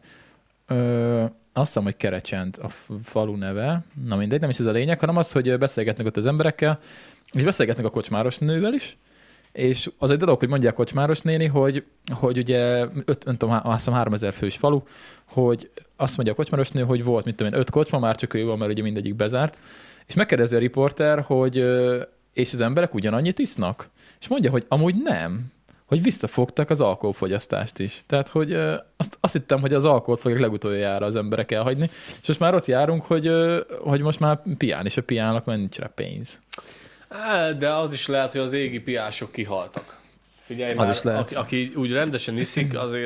Azt hiszem, hogy Kerecsend a falu neve. Na mindegy, nem is ez a lényeg, hanem az, hogy beszélgetnek ott az emberekkel, és beszélgetnek a kocsmáros nővel is, és az egy dolog, hogy mondják kocsmáros néni, hogy ugye 3000 fős falu, hogy azt mondja a kocsmáros nő, hogy volt, mit tudom én, 5 kocsma, már csak ő van, mert ugye mindegyik bezárt, és megkérdezi a riporter, hogy és az emberek ugyanannyit isznak? És mondja, hogy amúgy nem, hogy visszafogtak az alkoholfogyasztást is. Tehát, hogy azt hittem, hogy az alkoholt fogják legutoljára az emberek elhagyni, és most már ott járunk, hogy most már pián is a piának, mert nincs rá pénz. De az is lehet, hogy az régi piások kihaltak. Figyelj már, aki úgy rendesen iszik, az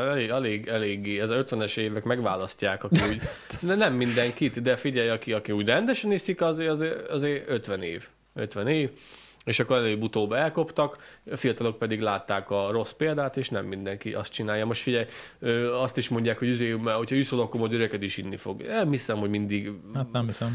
eléggé, ez a 50-es évek megválasztják, aki úgy, de nem mindenkit, de figyelj, aki úgy rendesen iszik, azért 50 év. 50 év. És akkor előbb-utóbb elkoptak, a fiatalok pedig látták a rossz példát, és nem mindenki azt csinálja. Most figyelj, azt is mondják, hogy hogyha iszol, akkor majd öreged is inni fog. Nem hiszem, hogy mindig... Hát nem hiszem.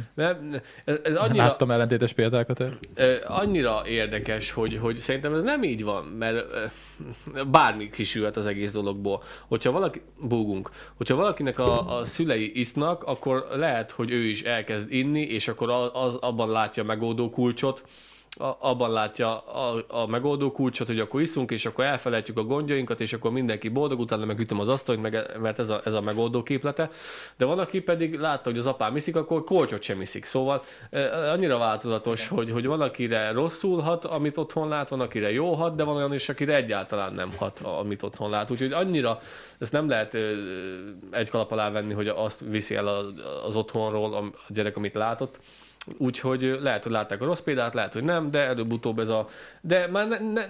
Ez annyira... Láttam ellentétes példákat. Annyira érdekes, hogy szerintem ez nem így van, mert bármi kisülhet az egész dologból. Hogyha valakinek a szülei isznak, akkor lehet, hogy ő is elkezd inni, és akkor abban látja a megoldó kulcsot, abban látja a megoldó kulcsot, hogy akkor iszunk, és akkor elfelejtjük a gondjainkat, és akkor mindenki boldog, utána megütöm az asztalt, mert ez a megoldó képlete. De van, aki pedig látta, hogy az apám iszik, akkor kortyot sem iszik. Szóval annyira változatos, hogy van, akire rosszul hat, amit otthon lát, van, akire jó hat, de van olyan is, akire egyáltalán nem hat, amit otthon lát. Úgyhogy annyira, ezt nem lehet egy kalap alá venni, hogy azt viszi el az otthonról a gyerek, amit látott. Úgyhogy lehet, hogy látták a rossz példát, lehet, hogy nem, de előbb-utóbb ez a... De már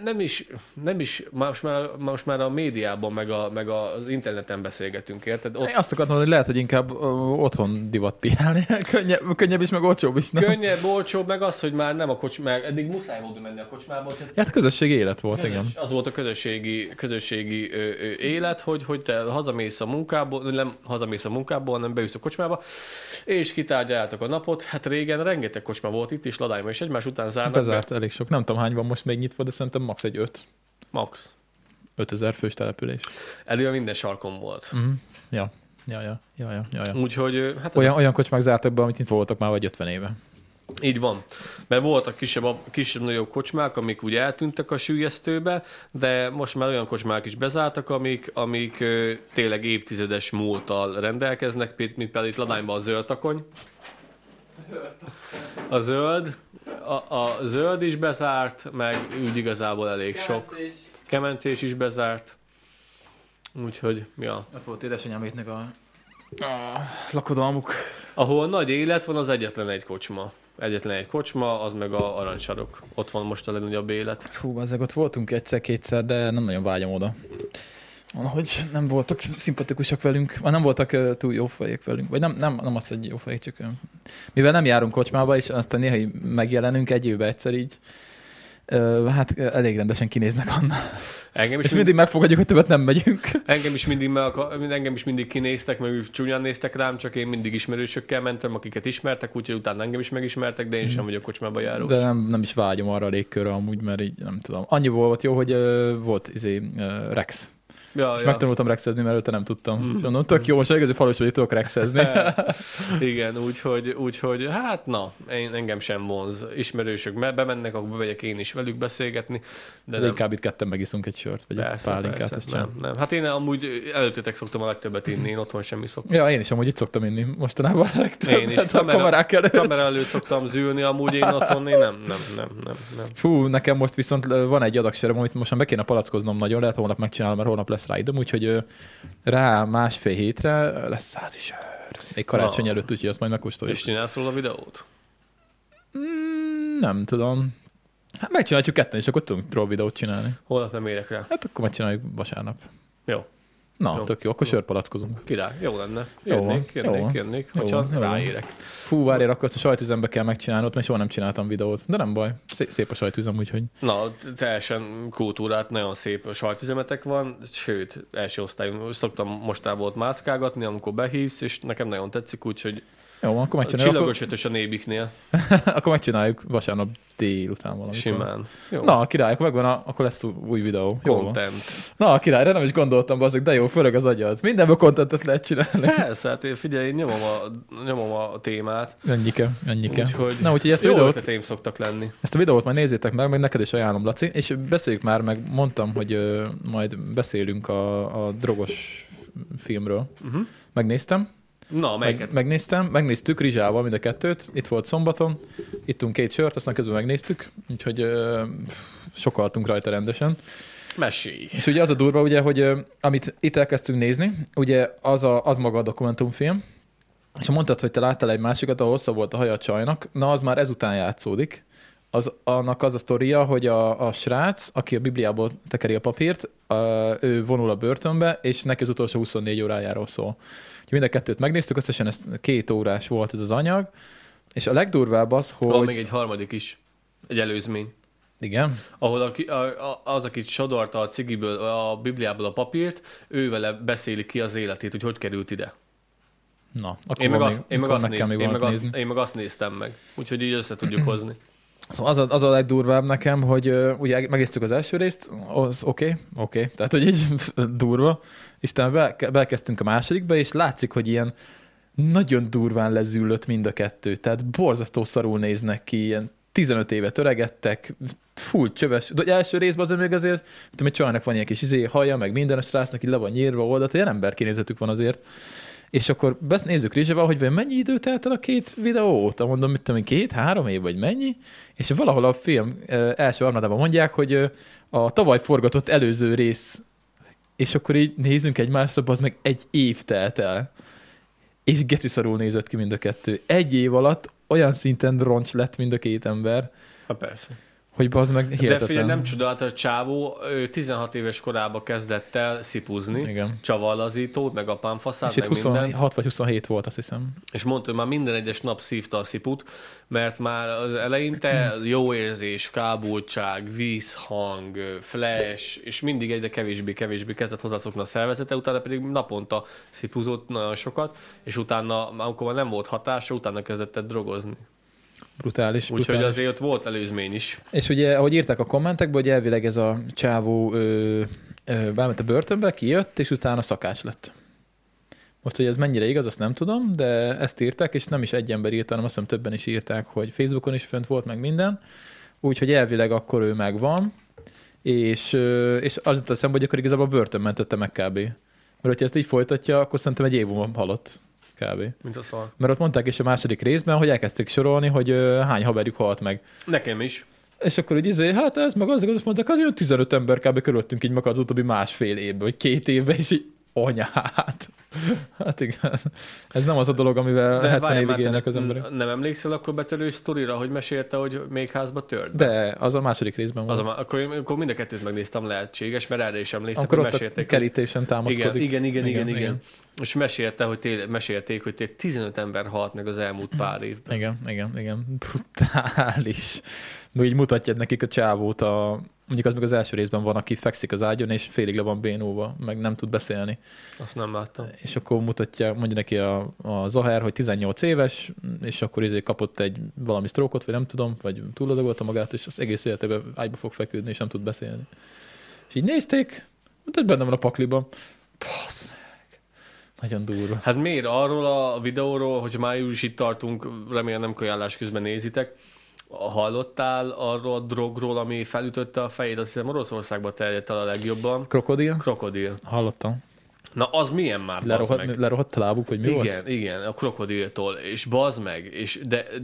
nem is most már a médiában, meg az interneten beszélgetünk, érted? Én azt akartam mondani, hogy lehet, hogy inkább otthon divat piálni. Könnyebb is, meg olcsóbb is, nem? Könnyebb, olcsóbb, meg az, hogy már nem a kocsmába, eddig muszáj volt menni a kocsmába. Hát közösségi élet volt, igen. Az volt a közösségi élet, hogy te hazamész a munkából, nem hazamész a munkából, hanem beülsz a kocsmába, és kitárgyaljátok a napot. Hát régen rengeteg kocsma volt itt is, Ladányban, és egymás után zárnak. Bezárt elég sok. Nem tudom, hány van most még nyitva, de szerintem max. egy 5. Max. 5000 fős település. Előbb minden sarkon volt. Mm. Ja. Úgyhogy... Hát olyan kocsmák zártak be, amit itt voltak már vagy 50 éve. Így van. Mert voltak kisebb-nagyobb kocsmák, amik úgy eltűntek a süllyesztőbe, de most már olyan kocsmák is bezártak, amik tényleg évtizedes múlttal rendelkeznek, mint például itt Ladányban a Zöld Takony. A zöld is bezárt, meg úgy igazából elég sok. Kemencés is bezárt. Úgyhogy, ja. Ott volt édesanyáméknek a lakodalmuk. Ahol nagy élet van, az egyetlen egy kocsma, az meg a Aranysarok. Ott van most a legnagyobb élet. Fú, ezek ott voltunk egyszer-kétszer, de nem nagyon vágyom oda. Hogy nem voltak szimpatikusak velünk, vagy nem voltak túl jó fejek velünk, vagy nem az, hogy jó fejek, csak mivel nem járunk kocsmába, és aztán néha megjelenünk egy évben egyszer így, hát elég rendesen kinéznek annak. És mindig megfogadjuk, hogy többet nem megyünk. Engem is mindig kinéztek, meg csúnyán néztek rám, csak én mindig ismerősökkel mentem, akiket ismertek, úgyhogy utána engem is megismertek, de én sem vagyok kocsmába járó. De nem is vágyom arra a légkörre amúgy, mert így nem tudom. Annyi volt jó, hogy volt Rex. És megtanultam rexezni, mert előtte nem tudtam. És mondom, tök jó, most igazi falos vagyok, tudok rexezni. Igen, úgyhogy hát na, engem sem vonz. Ismerősök bemennek, akkor bevegyek én is velük beszélgetni. De inkább itt ketten megiszunk egy sört, vagy egy pálinkát. Persze, nem. Hát én amúgy előttetek szoktam a legtöbbet inni, én otthon semmi szoktam. Ja, én is amúgy itt szoktam inni mostanában a legtöbbet. Én is. Kamera előtt szoktam zülni, amúgy én otthon, én nem. Fú, nekem most viszont van egy adagsöröm, amit most már be kéne palackoznom nagyon, lehet holnap megcsinálom, mert holnap lesz rá időm, úgyhogy rá másfél hétre lesz 100 sör. Még karácsony előtt, úgyhogy azt majd megkóstoljuk. És csinálsz róla videót? Nem tudom. Hát megcsináljuk ketten, és akkor tudunk róla videót csinálni. Holnap nem érek rá. Hát akkor megcsináljuk vasárnap. Jó. Na, jó. Tök jó, akkor sörpalackozunk. Király, jó lenne. Jönnék, ha csak ráérek. Fú, várjál, akkor azt a sajtüzembe kell megcsinálni, ott mert soha nem csináltam videót. De nem baj, szép a sajtüzem, úgyhogy. Na, teljesen kultúrát, nagyon szép sajtüzemetek van, sőt, első osztályú szoktam mostában ott mászkálgatni, amikor behívsz, és nekem nagyon tetszik, úgyhogy jó, akkor megcsináljuk. Csillagos ötös a Nébiknél. Akkor megcsináljuk vasárnap délután valamikor. Simán. Jó. Na, király, akkor megvan, akkor lesz új videó. Content. Na, király, nem is gondoltam, bazzak, de jó, főleg az agyad. Mindenből contentet lehet csinálni. Persze, hát figyelj, én nyomom a témát. Ennyike. Úgyhogy ezt a jó videót, ötleteim szoktak lenni. Ezt a videót majd nézzétek meg neked is ajánlom, Laci, és beszéljük már, meg mondtam, hogy majd beszélünk a drogos filmről. Megnéztem. Na, megnéztük Rizsával mind a kettőt, itt volt szombaton, ittunk 2 sört, aztán közben megnéztük, úgyhogy sokaltunk rajta rendesen. Mesélj! És ugye az a durva, ugye, hogy amit itt elkezdtünk nézni, ugye az maga a dokumentumfilm, és mondtad, hogy te láttál egy másikat, ahol hosszabb volt a haja a csajnak, na az már ezután játszódik. Annak az a sztoria, hogy a srác, aki a Bibliából tekeri a papírt, ő vonul a börtönbe, és neki az utolsó 24 órájáról szól. Mind a kettőt megnéztük, összesen ez 2 órás volt ez az anyag, és a legdurvább az, hogy... Van még egy harmadik is, egy előzmény. Igen? Ahol az, aki sodorta a cigiből, a Bibliából a papírt, ő vele beszéli ki az életét, hogy került ide. Na, akkor én meg azt néztem meg, úgyhogy így össze tudjuk hozni. Szóval az a legdurvább nekem, hogy ugye megnéztük az első részt, az oké, tehát hogy így durva, és utána belkezdtünk a másodikba, és látszik, hogy ilyen nagyon durván lezüllött mind a kettő, tehát borzasztó szarul néznek ki, ilyen 15 évet öregettek, full csöves, de első részben azért még azért, tudom, egy csajnak van ilyen kis haja, meg minden a srácnak így le van nyírva oldalt, ilyen ember kinézetük van azért. És akkor nézzük Rizsával, hogy mennyi idő telt el a 2 videó óta, mondom, mit tudom, 2-3 év, vagy mennyi, és valahol a film első harmadában mondják, hogy a tavaly forgatott előző rész, és akkor így nézzünk egymásra, az meg 1 év telt el. És geci szarul nézett ki mind a kettő. 1 év alatt olyan szinten roncs lett mind a 2 ember. Ha persze. Hogy bazd meg hihetetlen. De figyelj, nem csodálat, a csávó 16 éves korában kezdett el szipuzni, csavallazítót, meg a pánfaszát, meg 26 vagy 27 volt, azt hiszem. És mondta, hogy már minden egyes nap szívta a sziput, mert már az eleinte jó érzés, kábultság, vízhang, flash, és mindig egyre kevésbé kezdett hozzászokni a szervezete, utána pedig naponta szipuzott nagyon sokat, és utána, amikor már nem volt hatása, utána kezdett el drogozni. Brutális. Úgyhogy azért ott volt előzmény is. És ugye, ahogy írták a kommentekben, hogy elvileg ez a csávó bement a börtönbe, kijött, és utána szakács lett. Most, hogy ez mennyire igaz, azt nem tudom, de ezt írták, és nem is egy ember írta, hanem azt hiszem többen is írták, hogy Facebookon is fönt volt meg minden, úgyhogy elvileg akkor ő megvan, és az jut eszembe, hogy akkor igazából börtönben tette meg kb. Mert hogyha ezt így folytatja, akkor szerintem egy év múlva halott kb. Mint a szar. Mert ott mondták is a második részben, hogy elkezdték sorolni, hogy hány haverjuk halt meg. Nekem is. És akkor így hát ez meg az mondták, az olyan 15 ember kb. Körülöttünk így meg az utóbbi másfél évben, vagy 2 évben, és így anyát. Hát igen. Ez nem az a dolog, amivel de 70 évig élnek az emberek. Nem emlékszel akkor betörő sztorira, hogy mesélte, hogy még házba tört? De, az a második részben volt. Akkor mind a kettőt megnéztem, lehetséges, mert erre is emlékszem, akkor hogy mesélték. Kerítésen támaszkodik. Igen. És mesélték, hogy 15 ember halt meg az elmúlt pár évben. Igen. Brutális. De így mutatja nekik a csávót, mondjuk az meg az első részben van, aki fekszik az ágyon, és félig le van bénulva, meg nem tud beszélni. Azt nem láttam. És akkor mondja neki a Zahár, hogy 18 éves, és akkor kapott valami sztrókot, vagy nem tudom, vagy túladagolta magát, és az egész életében ágyba fog feküdni, és nem tud beszélni. És így nézték, mondta, hogy benne van a pakliban. Basz meg. Nagyon durva. Hát miért arról a videóról, hogyha már is itt tartunk, remélem nem kajálás közben nézitek, hallottál arról a drogról, ami felütötte a fejét? Azt hiszem Oroszországban terjedt el a legjobban. Krokodil. Hallottam. Na az milyen már, lerohadt a lábuk, vagy mi volt? Igen, a krokodiltól. És bazd meg. És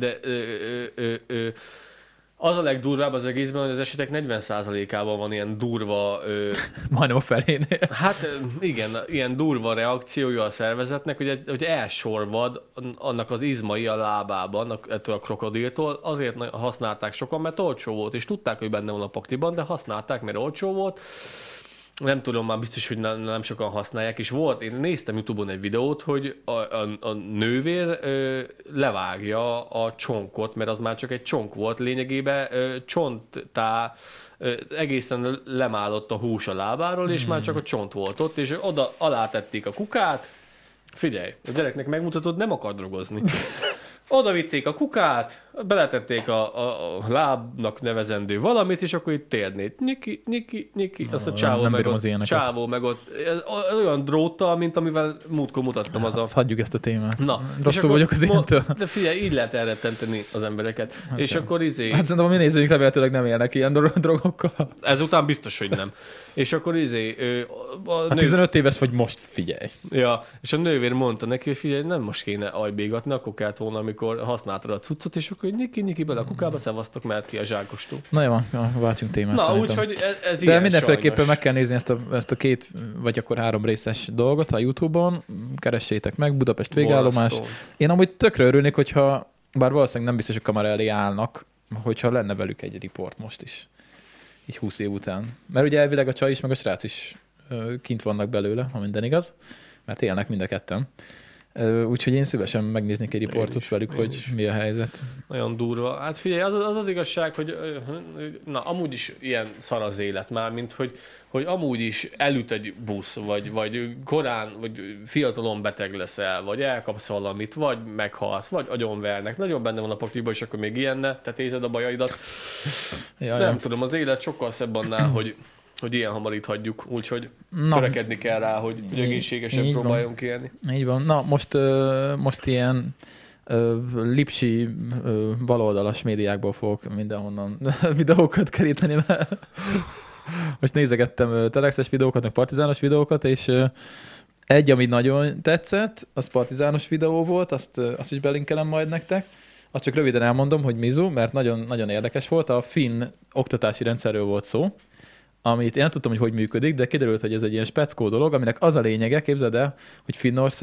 az a legdurvább az egészben, hogy az esetek 40%-ában van ilyen durva... Majdnem a felénél. Hát igen, ilyen durva reakciója a szervezetnek, hogy elsorvad annak az izmai a lábában, ettől a krokodiltól. Azért használták sokan, mert olcsó volt, és tudták, hogy benne van a pakliban, de használták, mert olcsó volt. Nem tudom, már biztos, hogy nem sokan használják, és én néztem YouTube-on egy videót, hogy a nővér levágja a csonkot, mert az már csak egy csonk volt, lényegében csonttá egészen lemálott a hús a lábáról, és már csak a csont volt ott, és oda alá tették a kukát. Figyelj, a gyereknek megmutatod, nem akar drogozni. Oda vitték a kukát, beletették a lábnak nevezendő valamit, és akkor itt térnét. Nyiki, azt a csávó meg ott olyan dróttal, mint amivel múltkor mutattam. Hagyjuk ezt a témát. Na, rosszul vagyok az ilyentől. De figyelj, így lehet elrettenteni az embereket. Hát és akkor Hát szerintem a mi nézőink remélhetőleg nem élnek ilyen drogokkal. Ezután biztos, hogy nem. És akkor 15 éves vagy most, figyelj. Ja, és a nővér mondta neki, hogy figyelj, nem most kéne ajbégatni, akkor kellett volna, amikor használtad a cuccot, és akkor nyiki bele a kukába, szevasztok, mehet ki a zsákostól. Na jó, váltsunk témát. Na, úgyhogy ez de mindenféleképpen meg kell nézni ezt a 2 vagy akkor 3 részes dolgot a YouTube-on, keressétek meg, Budapest végállomás. Én amúgy tökre örülnék, hogyha, bár valószínűleg nem biztos, hogy kamera elé állnak, hogyha lenne velük egy riport most is. Így 20 év után. Mert ugye elvileg a csaj is, meg a srác is kint vannak belőle, ha minden igaz, mert élnek mind a ketten. Úgyhogy én szívesen megnéznék egy riportot velük, hogy mi a helyzet. Nagyon durva. Hát figyelj, az igazság, hogy amúgy is ilyen szar az élet már, mint hogy amúgy is elüt egy busz, vagy korán, vagy fiatalon beteg leszel, vagy elkapsz valamit, vagy meghalsz, vagy agyonvernek. Nagyon benne van a pakliba, és akkor még ilyenne, te érzed a bajaidat. Nem tudom, az élet sokkal szebb annál, hogy ilyen hamar itt hagyjuk, úgyhogy törekedni kell rá, hogy egészségesen próbáljunk élni. Így van. Na, most ilyen lipsi baloldalas médiákból fogok mindenhonnan videókat keríteni, mert most nézegettem telexes videókat, meg partizános videókat, és egy, ami nagyon tetszett, az partizános videó volt, azt is belinkelem majd nektek. Azt csak röviden elmondom, hogy mizu, mert nagyon, nagyon érdekes volt. A finn oktatási rendszerről volt szó, amit én nem tudtam, hogy működik, de kiderült, hogy ez egy ilyen speckó dolog, aminek az a lényege, képzeld el, hogy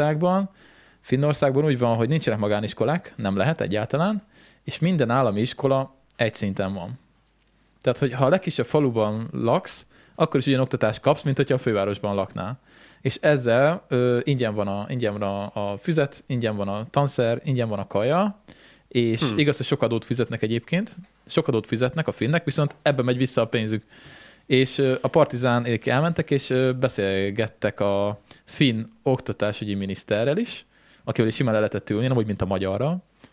Finnországban úgy van, hogy nincsenek magániskolák, nem lehet egyáltalán, és minden állami iskola egy szinten van. Tehát, hogy ha a legkisebb faluban laksz, akkor is ugyan oktatást kapsz, mint hogyha a fővárosban laknál. És ezzel ingyen van a füzet, ingyen van a tanszer, ingyen van a kaja, és igaz, hogy sok adót fizetnek egyébként, sok adót fizetnek a finnek, viszont ebbe megy vissza a pénzük. És a partizánék elmentek, és beszélgettek a finn oktatásügyi miniszterrel is, akivel is simán le lehetett ülni, nem úgy, mint a magyarral,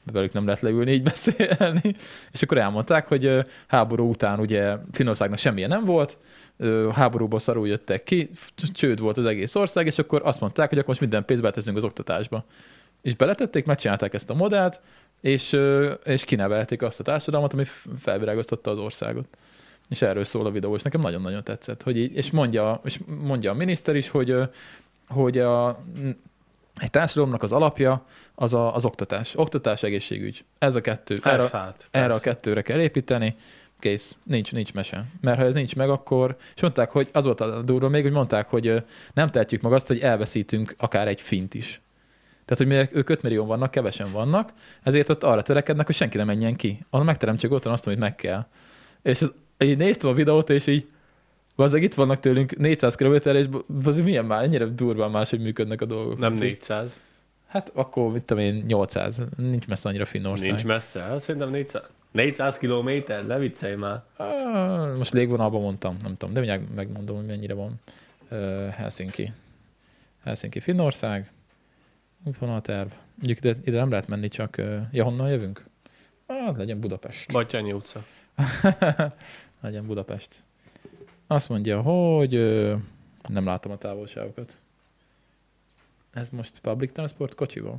velük nem lehet leülni így beszélni, és akkor elmondták, hogy háború után ugye Finnországnak semmilyen nem volt, háborúból szarul jöttek ki, csőd volt az egész ország, és akkor azt mondták, hogy akkor most minden pénzt beteszünk az oktatásba. És beletették, megcsinálták ezt a modellt, és kinevelték azt a társadalmat, ami felvirágoztatta az országot. És erről szól a videó, és nekem nagyon-nagyon tetszett. Hogy így, és mondja a miniszter is, hogy egy társadalomnak az alapja az oktatás. Oktatás, egészségügy. Ez a kettő. Erre a kettőre kell építeni. Kész. Nincs mese. Mert ha ez nincs meg, akkor... És mondták, hogy az volt a durva még, hogy mondták, hogy nem tehetjük meg azt, hogy elveszítünk akár egy fint is. Tehát, hogy mivel ők 5 millió vannak, kevesen vannak, ezért ott arra törekednek, hogy senki nem menjen ki. Ahol megteremtsük otthon azt, amit meg kell. És így néztem a videót, és így bazdmeg itt vannak tőlünk 400 kilométerre, és bazdmeg milyen már, ennyire durván máshogy működnek a dolgok. Nem 400. Hát akkor, mit tudom én, 800. Nincs messze annyira Finnország. Nincs messze? Hát szerintem 400 kilométer, ne viccelj már. Most légvonalban mondtam, nem tudom, de mindjárt megmondom, hogy mennyire van. Helsinki, Finnország. Útvonalterv. Mondjuk ide nem lehet menni, csak... honnan jövünk? Legyen Budapest. Battyanyi utca. Legyen Budapest. Azt mondja, hogy nem látom a távolságokat. Ez most public transport kocsival?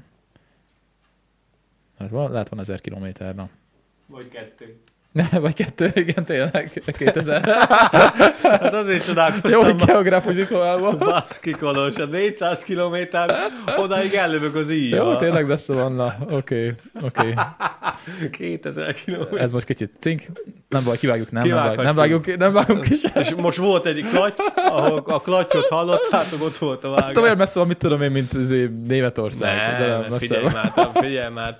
Lehet van 1000 kilométer, na. Vagy 2. Vagy 2, igen, tényleg. 2000. Hát azért csodálkoztam. Jó, hogy geográfus iskolába. Baszki Kolos, a 400 kilométer, odáig ellövök az íja. Jó, tényleg messze van, na. Oké. 2000 kilométer. Ez most kicsit cink. Nem baj, kivágjuk, nem vágunk ki. És most volt egy klatty, ahol a klattyot hallottátok, ott volt a vágás. Azt olyan messze van, mit tudom én, mint Németország. Nem, figyelj már.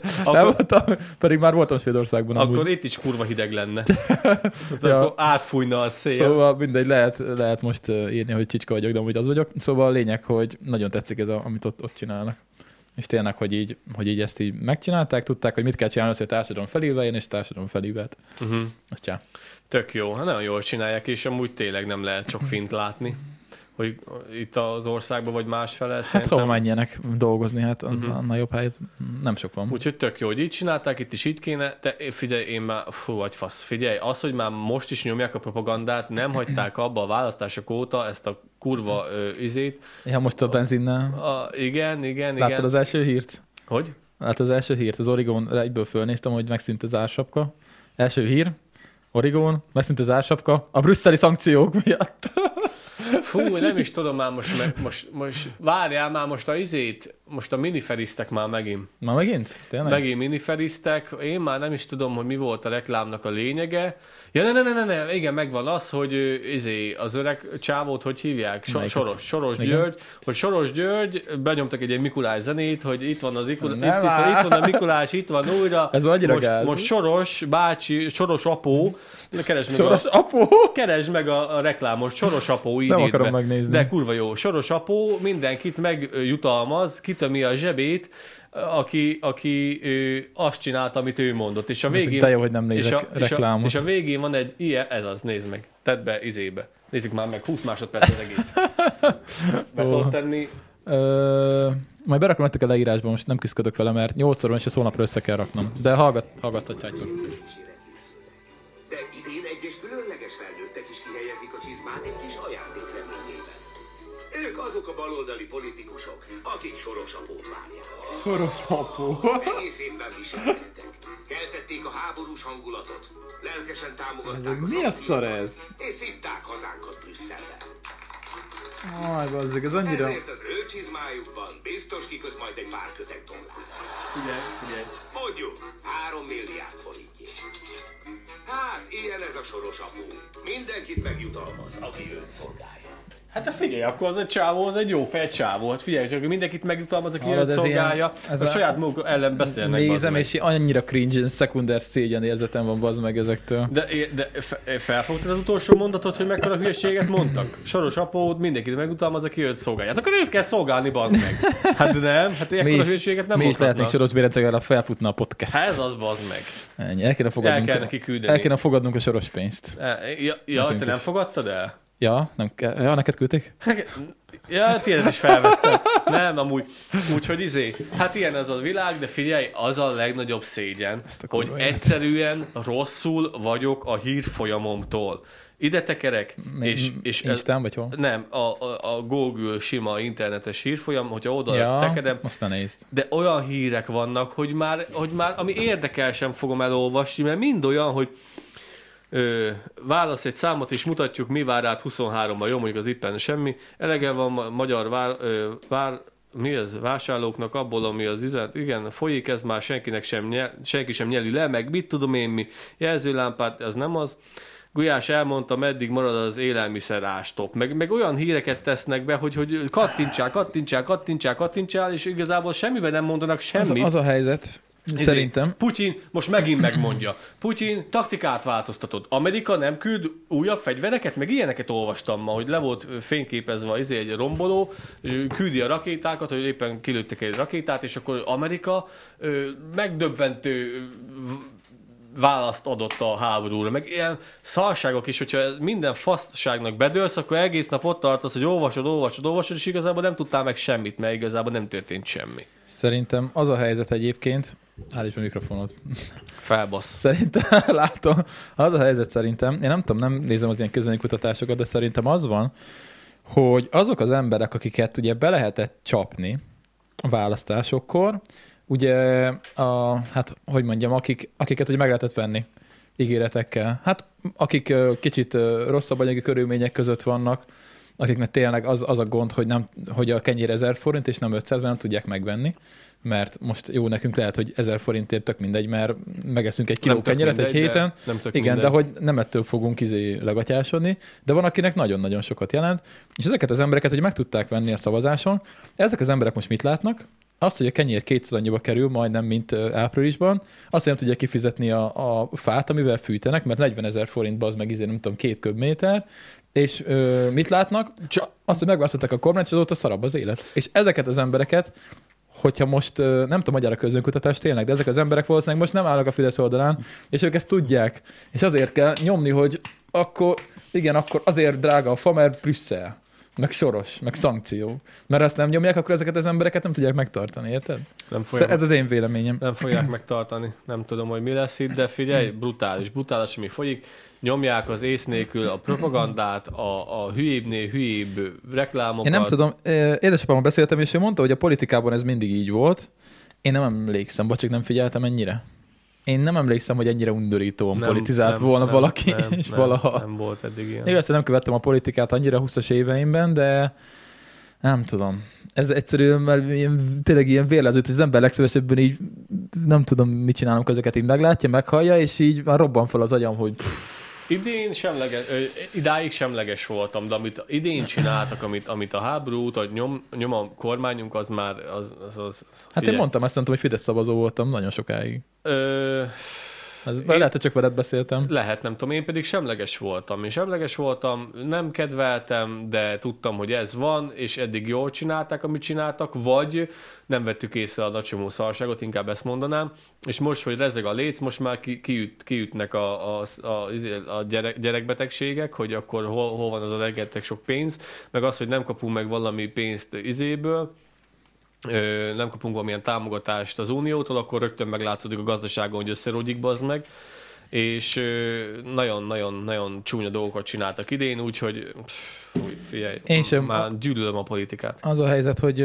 Pedig már voltam Svédországban. Akkor itt is kurva hideg lenne. Akkor átfújna a szél. Szóval mindegy, lehet most írni, hogy csicska vagyok, de amúgy az vagyok. Szóval a lényeg, hogy nagyon tetszik ez, amit ott csinálnak. És tényleg, hogy így ezt így megcsinálták, tudták, hogy mit kell csinálni, hogy a társadalom felíveljen, és társadalom felívelt. Azt csá. Tök jó, hát nagyon jól csinálják, és amúgy tényleg nem lehet sok fint látni, hogy itt az országban vagy másfele. Hát hova menjenek dolgozni, hát annál jobb helyet nem sok van. Úgyhogy tök jó, hogy így csinálták, itt is így kéne, de figyelj, én már, vagy fasz, figyelj, az, hogy már most is nyomják a propagandát, nem hagyták abba a választások óta ezt a kurva izét. Ja, most a benzinnel. Igen. Láttad az első hírt? Hogy? Láttad az első hírt? Az Oregon, egyből fölnéztem, hogy megszűnt az ársapka. Első hír, Oregon, megszűnt az ársapka a brüsszeli szankciók miatt. Fú, nem is tudom már most várjál már most a miniferiztek már megint. Már megint? Tényleg? Megint miniferiztek, én már nem is tudom, hogy mi volt a reklámnak a lényege. Ja, ne, igen, megvan az, hogy az öreg csávót, hogy hívják? Soros György, hogy Soros György, benyomtak egy Mikulás zenét, hogy itt van itt van a Mikulás, itt van újra. Ez annyira gáz. Most Soros bácsi, Soros apó, keresd meg a reklámos Soros apó így. Nem akarom megnézni. De kurva jó. Soros apó mindenkit megjutalmaz, kitömi a zsebét, aki azt csinálta, amit ő mondott. És a végén, de jó, hogy nem nézek reklámot. És a végén van egy ilyen, ez az, nézd meg. Tedd be izébe. Nézzük már meg, 20 másodperc az egész. Be tudod tenni. Majd berakom nektek a leírásba, most nem küzdök vele, mert 8-szor van, és ezt holnapra össze kell raknom. De hallgathatjátok. De idén egyes különleges felnőttek is kihelyezik a csizmát egy kis ajándék reményében. Ők azok a baloldali politikusok, akik Soros apót várják. Soros apó. Egész évben viselkedtek. Keltették a háborús hangulatot. Lelkesen támogatták a mi a szar ez? És szitták hazánkat Brüsszelbe. Bazzeg, ez annyira... Ezért az ő csizmájukban biztos kiköt majd egy pár kötek dollár. Figyelj. Mondjuk 3 milliárd forintjét. Hát, ilyen ez a Soros apó. Mindenkit megjutalmaz, aki őt szolgálja. Hát figyelj, akkor az a csávó, az egy jó fej csávó. Hát figyelj, csak mindenkit megjutalmaz, aki őt szolgálja. Ez a saját maguk ellen beszélnek. Nézem, és annyira cringe, szekunder szégyen érzetem van bazd meg ezektől. De felfogtad az utolsó mondatot, hogy mekkora hülyeséget mondtak? Soros apód, mindenkit megjutalmaz, aki őt szolgálja. Hát akkor őt kell szolgálni, bazd meg. Hát nem, hát ekkora hülyeséget nem mondhatnak. Mi is lehetnénk Soros Bérencegel, felfutna a podcast. Hát ez az, bazd meg. Ennyi, el kell neki küldeni. El kéne fogadnunk a Soros pénzt. Ja, te nem fogadtad el? Ja, nem kell. Ja, neked küldték? Ja, tiédet is felvettem. Nem, amúgy. Úgyhogy hát ilyen ez a világ, de figyelj, az a legnagyobb szégyen, hogy egyszerűen rosszul vagyok a hírfolyamomtól. Ide tekerek, és Instán, vagy hol? Nem, a Google sima internetes hírfolyam, hogyha oda tekerem, azt ne nézd. de olyan hírek vannak, hogy már ami érdekel sem fogom elolvasni, mert mind olyan, hogy válasz egy számot, és mutatjuk, mi vár át 23-ban, jó, mondjuk az éppen semmi. Elege van magyar vásárlóknak abból, ami az üzenet, igen, folyik ez már, senki sem nyeli le, meg mit tudom én mi, jelzőlámpát, ez nem az. Gulyás elmondta, meddig marad az élelmiszer ástop. Meg olyan híreket tesznek be, hogy kattintsál, és igazából semmiben nem mondanak semmit. Az a helyzet, szerintem. Putyin most megint megmondja. Putyin taktikát változtatod. Amerika nem küld újabb fegyvereket? Meg ilyeneket olvastam ma, hogy le volt fényképezve egy romboló, és küldi a rakétákat, hogy éppen kilőttek egy rakétát, és akkor Amerika megdöbbentő választ adott a háborúra, meg ilyen szarságok is, hogyha minden faszságnak bedőlsz, akkor egész nap ott tartasz, hogy olvasod, és igazából nem tudtál meg semmit, mert igazából nem történt semmi. Szerintem az a helyzet egyébként, állíts a mikrofonot. Felbasz. Szerintem, látom, az a helyzet szerintem, én nem tudom, nem nézem az ilyen közvéleménykutatásokat, de szerintem az van, hogy azok az emberek, akiket ugye be lehetett csapni a választásokkor, ugye, hát, hogy mondjam, akiket ugye meg lehetett venni ígéretekkel. Hát, akik kicsit rosszabb anyagi körülmények között vannak, akiknek tényleg az a gond, hogy a kenyér 1000 forint, és nem 500, mert nem tudják megvenni. Mert most jó, nekünk lehet, hogy 1000 forintért tök mindegy, mert megeszünk egy kiló kenyeret egy héten. Igen, de hogy nem ettől fogunk legatyásodni, de van, akinek nagyon-nagyon sokat jelent, és ezeket az embereket, hogy meg tudták venni a szavazáson, ezek az emberek most mit látnak? Azt, hogy a kenyér 200 annyiba kerül, majdnem, mint áprilisban, azt nem tudja kifizetni a fát, amivel fűtenek, mert 40 000 forintba az meg nem tudom, 2 köbméter, és mit látnak? Azt, hogy megválasztották a kormányt, és azóta szarabb az élet. És ezeket az embereket, hogyha most, nem tudom, magyar a közönkutatás tényleg, de ezek az emberek valószínűleg most nem állnak a Fidesz oldalán, és ők ezt tudják. És azért kell nyomni, hogy akkor azért drága a fa, mert Brüsszel, meg soros, meg szankció. Mert azt nem nyomják, akkor ezeket az embereket nem tudják megtartani, érted? Ez az én véleményem. Nem fogják megtartani. Nem tudom, hogy mi lesz itt, de figyelj, brutális, ami folyik. Nyomják az ész nélkül a propagandát, a hülyébbnél hülyébb reklámokat. Én nem tudom, édesapámmal beszéltem, és ő mondta, hogy a politikában ez mindig így volt. Én nem emlékszem, csak nem figyeltem ennyire. Én nem emlékszem, hogy ennyire undorítóan politizált volna valaki, és valaha. Nem volt eddig ilyen. Igaz, nem követtem a politikát annyira 20-as éveimben, de nem tudom. Ez egyszerűen mert tényleg ilyen vérlezőt, hogy az ember legszívesebben így nem tudom, mit csinálunk, ezeket így meglátja, meghallja, és így már robban fel az agyam, hogy idáig semleges voltam, de amit idén csináltak, amit a háború óta nyom a kormányunk, az már az hát én mondtam, azt mondtam, hogy Fidesz szavazó voltam nagyon sokáig. Lehet, hogy csak veled beszéltem. Lehet, nem tudom. Én pedig semleges voltam. Nem kedveltem, de tudtam, hogy ez van, és eddig jól csinálták, amit csináltak, vagy nem vettük észre a nagy csomó szarságot, inkább ezt mondanám. És most, hogy rezeg a léc, most már kiütnek a gyerekbetegségek, hogy akkor hol van az a rengeteg sok pénz, meg az, hogy nem kapunk meg valami pénzt nem kapunk valamilyen támogatást az Uniótól, akkor rögtön meglátszódik a gazdaságon, hogy összerógyik, bazd meg. És nagyon-nagyon csúnya dolgokat csináltak idén, úgyhogy figyelj, már gyűlölöm a politikát. Az a helyzet, hogy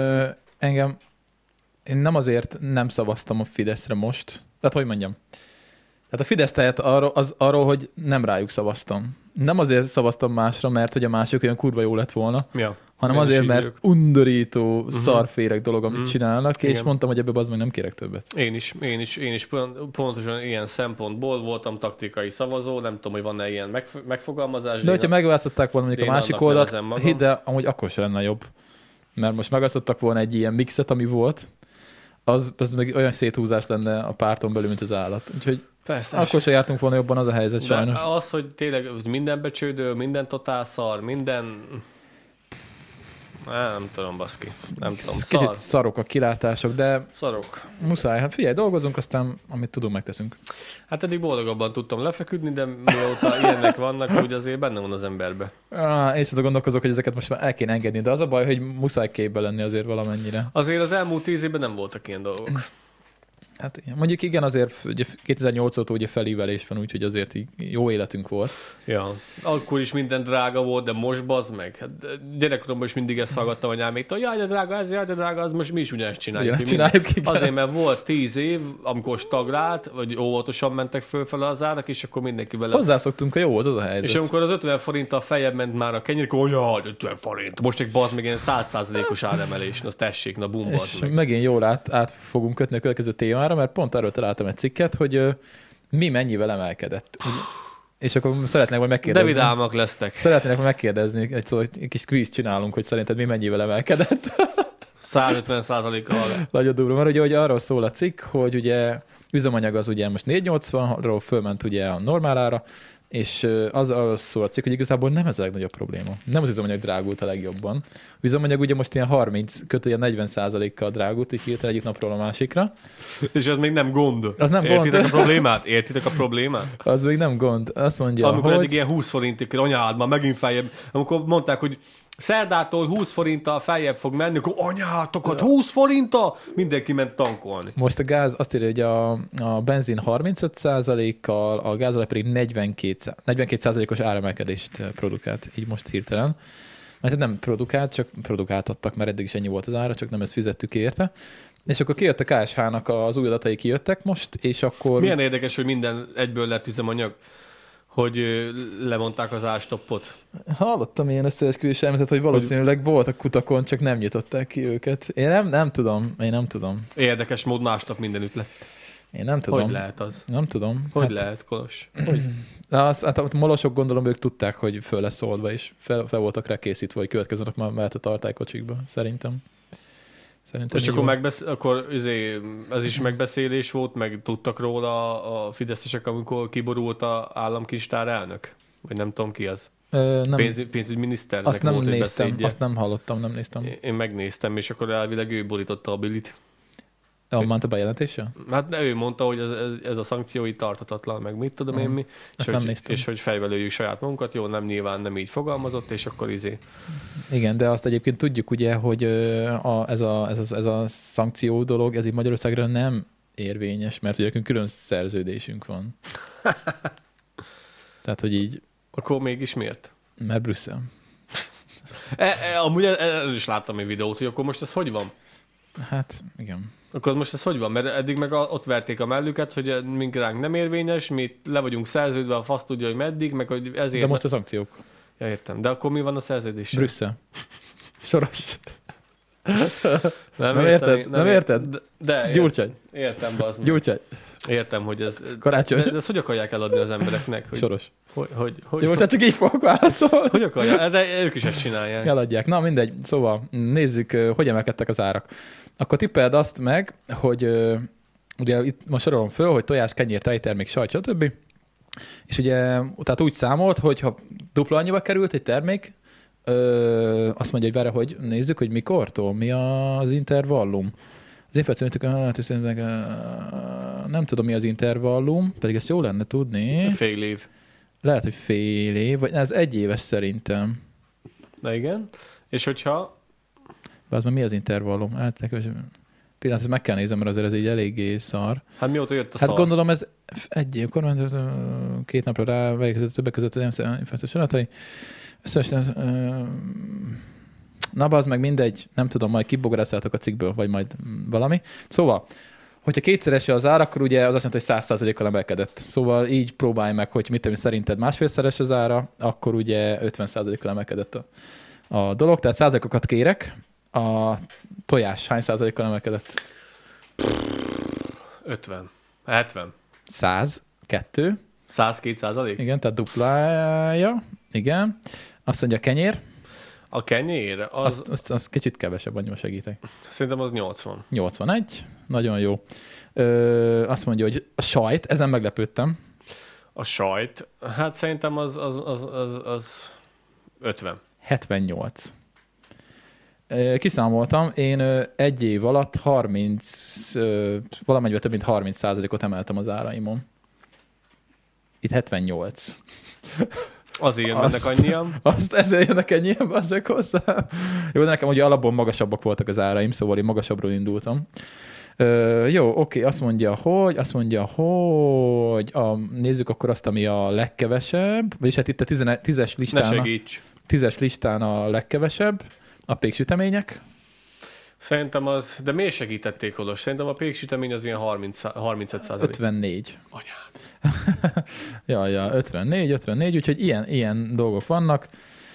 én nem azért nem szavaztam a Fideszre most, tehát hogy mondjam, tehát a Fidesz tehet arról, hogy nem rájuk szavaztam. Nem azért szavaztam másra, mert hogy a másik olyan kurva jó lett volna, hanem azért, mert undorító, szarféreg dolog, amit csinálnak, és mondtam, hogy ebből az meg nem kérek többet. Én is pontosan ilyen szempontból voltam taktikai szavazó, nem tudom, hogy van-e ilyen megfogalmazás. De hogyha megválasztották volna mondjuk a másik oldalt, hidd el, amúgy akkor se lenne jobb. Mert most megválasztottak volna egy ilyen mixet, ami volt, az meg olyan széthúzás lenne a párton belül, mint az állat. Úgyhogy persze, akkor se jártunk volna jobban, az a helyzet de sajnos. Az, hogy tényleg minden becsődő, minden totál szar, minden... Nem tudom, baszki. Nem tudom. Kicsit szarok a kilátások, de szarok. Muszáj. Hát figyelj, dolgozunk, aztán amit tudunk, megteszünk. Hát eddig boldogabban tudtam lefeküdni, de mióta ilyenek vannak, úgy azért benne van az emberbe. Én is azon gondolkozok, hogy ezeket most már el kéne engedni, de az a baj, hogy muszáj képbe lenni azért valamennyire. Azért az elmúlt 10 évben nem voltak ilyen dolgok. Hát mondjuk igen, azért ugye 2008 óta ugye felívelés van, úgyhogy azért így jó életünk volt. Ja, akkor is minden drága volt, de most bazd meg. Hát gyerekkoromban is mindig ezt hallgattam anyáméktól, jaj, de drága ez, jaj, de drága az, most mi is ugyanezt csináljuk. Ugyanezt csináljuk, igen. Azért, mert volt 10 év, amikor stagnált, vagy óvatosan mentek fölfele az árak, és akkor mindenki bele... Hozzászoktunk, hogy jó, az a helyzet. És amikor az 50 forinttal feljebb ment már a kenyér, akkor jaj, 50 forint. Most egy bazd meg ilyen 100%-os áremelés, az tessék, na bum, bazd meg. Megint jól át fogunk kötni a következő témára, mert pont arról találtam egy cikket, hogy mi mennyivel emelkedett. És akkor szeretnék majd megkérdezni. De vidámak lesztek. Szeretnék meg egy kis quiz csinálunk, hogy szerinted mi mennyivel emelkedett. 150%-kal. Nagyon durva, mert ugye arról szól a cikk, hogy ugye üzemanyag az ugye most 480-ról fölment ugye a normálára, és az arról szól a cikk, hogy igazából nem ez a legnagyobb probléma. Nem az üzemanyag drágult a legjobban. A üzemanyag ugye most ilyen 30-40%-kal drágult, így hirtelen egyik napról a másikra. És ez még nem gond. Az nem Értitek gond. a problémát? Értitek a problémát? Az még nem gond. Azt mondja, amikor hogy... eddig ilyen 20 forintokra, anyád, már megint feljebb. Amikor mondták, hogy szerdától 20 forinttal feljebb fog menni, akkor anyátokat 20 forinttal? Mindenki ment tankolni. Most a gáz azt írja, hogy a benzin 35%-kal, a gázolaj pedig 42%-os áremelkedést produkált, így most hirtelen. Mert nem produkált, csak produkáltattak, mert eddig is ennyi volt az ára, csak nem ezt fizettük érte. És akkor kijött a KSH-nak az új adatai kijöttek most, és akkor... Milyen érdekes, hogy minden egyből lett üzemanyag, hogy levonták az árstoppot. Hallottam ilyen összeesküvés elméletet, hogy valószínűleg voltak kutakon, csak nem nyitották ki őket. Én nem tudom. Érdekes mód másnap mindenütt lett. Én nem tudom. Hogy lehet az? Nem tudom. Hogy lehet, Kolos? Hát a molosok gondolom, ők tudták, hogy föl lesz oldva, és fel voltak rá készítve, hogy következő nap már mehet a tartálykocsikba, szerintem. És akkor ez is megbeszélés volt, meg tudtak róla a fideszesek, amikor kiborult a államkincstár elnök? Vagy nem tudom ki az? Pénzügyminiszternek azt nem volt egy néztem, beszédje. azt nem hallottam, nem néztem. Én megnéztem, és akkor elvileg ő borította a bilit. Ment a bejelentése? Hát ő mondta, hogy ez a szankció így tarthatatlan, meg mit tudom én mi. És hogy fejvelőjük saját magunkat. Jó, nem nyilván nem így fogalmazott, és akkor Igen, de azt egyébként tudjuk ugye, hogy ez a szankció dolog, ez így Magyarországra nem érvényes, mert ugye nekünk külön szerződésünk van. Tehát, hogy így... Akkor mégis miért? Mert Brüsszel. Amúgy erről is láttam egy videót, hogy akkor most ez hogy van? Hát, igen. Akkor most ez hogy van? Mert eddig meg ott verték a mellüket, hogy mink ránk nem érvényes, mi le vagyunk szerződve, a fasz tudja, hogy meddig, meg hogy ezért... De most a szankciók. Ja, értem. De akkor mi van a szerződéssel? Brüsszel. Soros. Nem érted? Nem érted? De Gyurcsány. Értem, bazd meg. Gyurcsány. Értem, hogy ez... Karácsony. De ezt hogy akarják eladni az embereknek? Hogy, Soros. Hogy most csak így fogok válaszolni. Hogy akarják? De ők is ezt csinálják. Eladják. Na mindegy. Szóval nézzük, hogy emelkedtek az árak. Akkor tippeld azt meg, hogy ugye itt most sorolom föl, hogy tojás, kenyér, tejtermék, sajt, stb. És ugye tehát úgy számolt, hogy ha dupla annyiba került egy termék, azt mondja, hogy várj, hogy nézzük, hogy mikortól, mi az intervallum. Az infláció, nem tudom, mi az intervallum, pedig ezt jó lenne tudni. Fél év. Lehet, hogy fél év, vagy ez 1 éves szerintem. Na igen. És hogyha... Az már mi az intervallum? Pillanat, ezt meg kell nézem, mert azért ez így eléggé szar. Hát mióta jött a szar? szar? Gondolom ez 1 év, 2 napra rá végezett többek között az inflációs adatai. Na, az meg mindegy, nem tudom, majd kibogarászáltok a cikkből, vagy majd valami. Szóval, hogyha kétszerese az ár, akkor ugye az azt jelenti, hogy 100%-kal emelkedett. Szóval így próbálj meg, hogy mit tudom, szerinted másfélszeres az ára, akkor ugye 50%-kal emelkedett a dolog. Tehát százalékokat kérek. A tojás hány százalékkal emelkedett? 50. 70. 100. 2. 102%? Igen, tehát duplája. Igen. Azt mondja, a kenyér. A kenyér? Az kicsit kevesebb, annyira segítek. Szerintem az 80. 81. Nagyon jó. Azt mondja, hogy a sajt, ezen meglepődtem. A sajt? Hát szerintem az 50. 78. Kiszámoltam, én egy év alatt 30, valamennyivel több mint 30%-ot emeltem az áraimon. Itt 78. Azért jönnek annyian. Ezért jönnek ennyian, bazzek hozzá. Jó, de nekem ugye alapból magasabbak voltak az áraim, szóval én magasabbról indultam. Jó, oké, azt mondja, hogy nézzük akkor azt, ami a legkevesebb, vagyis hát itt a 10-es listán. Ne segíts. 10-es listán a legkevesebb, a péksütemények. Szerintem az, de miért segítették oda? Szerintem a péksütemény az ilyen 35%. 54. Anyád. Ja, 54, úgyhogy ilyen dolgok vannak.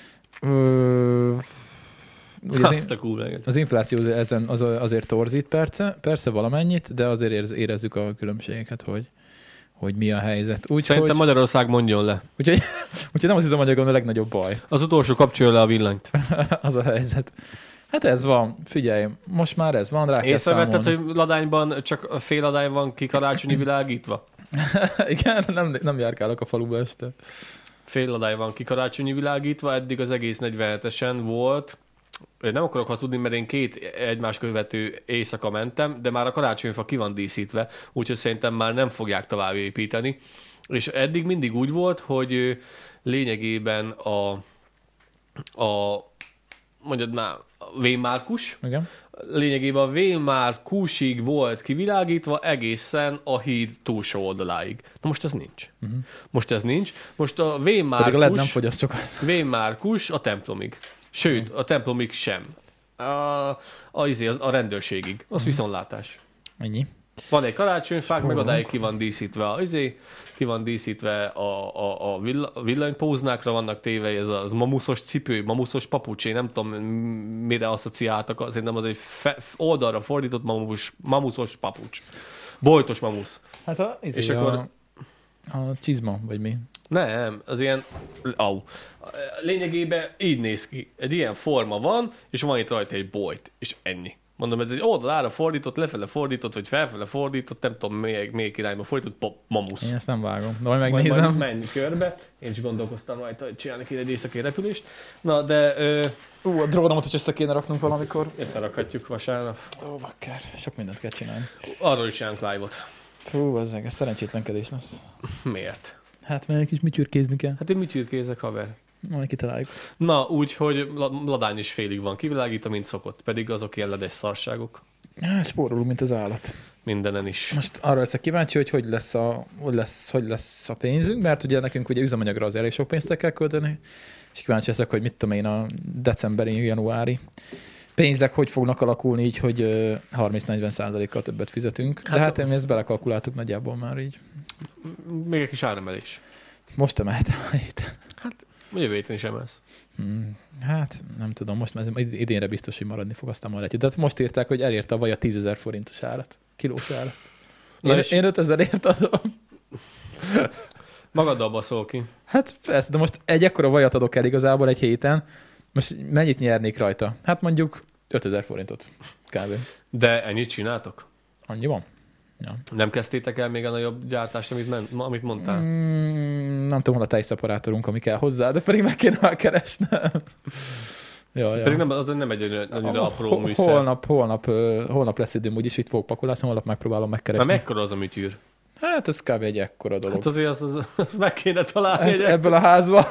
Ugye az infláció ezen azért torzít persze valamennyit, de azért érezzük a különbségeket, hogy mi a helyzet. Szerintem Magyarország mondjon le. Úgyhogy nem az üzemanyagon a legnagyobb baj. Az utolsó kapcsolja le a villanyt. Az a helyzet. Hát ez van, figyelj, most már ez van, rá kell számolni. Észrevetted, hogy ladányban csak a fél ladány van kikarácsonyi világítva? Igen, nem járkálok a faluba este. Fél ladány van kikarácsonyi világítva, eddig az egész 47-esen volt. Nem akarok hazudni, mert én 2 egymás követő éjszaka mentem, de már a karácsonyfa ki van díszítve, úgyhogy szerintem már nem fogják tovább építeni. És eddig mindig úgy volt, hogy lényegében mondjad már, a Vén-Márkus. Igen. Lényegében a Vén-Márkusig volt kivilágítva egészen a híd túlsó oldaláig. Na most ez nincs. Most ez nincs. Most a Pedig a LED nem fogyaszt sokat. Vén-Márkus a templomig. Sőt, a templomig sem. A rendőrségig. Az viszontlátás. Ennyi. Van egy karácsonyfák, meg odáig ki van díszítve ki van díszítve a villanypóznákra vannak téve, ez az mamuszos cipő, mamuszos papucs, én nem tudom, mire asszociáltak, szerintem az egy oldalra fordított mamuszos papucs. Bojtos mamusz. Hát és akkor a csizma, vagy mi? Nem, az ilyen... Lényegében így néz ki. Egy ilyen forma van, és van itt rajta egy bojt, és ennyi. Mondom, ez egy oldalára fordított, lefele fordított, vagy felfele fordított, nem tudom, melyik irányba fordított, mamusz. Én ezt nem vágom. De majd megnézem. Majd menj körbe. Én is gondolkoztam rajta, hogy csinálni kéne egy északi repülést. Na, de... a drónomat is össze kéne raknunk valamikor. Összerakhatjuk vasárnap. Bakker. Sok mindent kell csinálni. Arról is csinálunk live-ot. Ez szerencsétlenkedés lesz. Miért? Hát mert egy kis műtyürkézni kell. Hát én műtyürkézek, haver. Majd kitaláljuk. Na, úgyhogy ladány is félig van kivilágítva, mint szokott. Pedig azok ilyen ledes szarságok. Spórolunk, mint az állat. Mindenen is. Most arra leszek kíváncsi, hogy hogy lesz a pénzünk, mert ugye nekünk ugye üzemanyagra az elég sok pénzt kell költeni, és kíváncsi leszek, hogy mit tudom én a decemberi, januári pénzek hogy fognak alakulni így, hogy 30-40%-kal többet fizetünk. De hát mi ezt belekalkuláltuk nagyjából már így. Még egy kis áremelés. Most emeltem a héten. Hát jövő héten is emelsz. Hát nem tudom, most idénre biztos, hogy maradni fog, aztán majd egy. De most írták, hogy elérte a vaja 10 000 forintos árat. Kilós árat. Én 5 000-ért adom. Magaddal baszol ki. Hát persze, de most egy ekkora vajat adok el igazából egy héten. Most mennyit nyernék rajta? Hát mondjuk 5 000 forintot kb. De ennyit csináltok? Annyi van. Ja. Nem kezdtétek el még a nagyobb gyártást, amit mondtál? Nem tudom, hol a tejszeparátorunk, ami kell hozzá, de pedig meg kéne már keresnem. Ja. Pedig az nem egy nagyon apró műszer. Holnap lesz időm, úgyis itt fogok pakolászni, holnap megpróbálom megkeresni. Na mekkora az a műtyűr? Hát ez kb. Egy ekkora dolog. Hát azért az meg kéne találni. Hát ebből a házban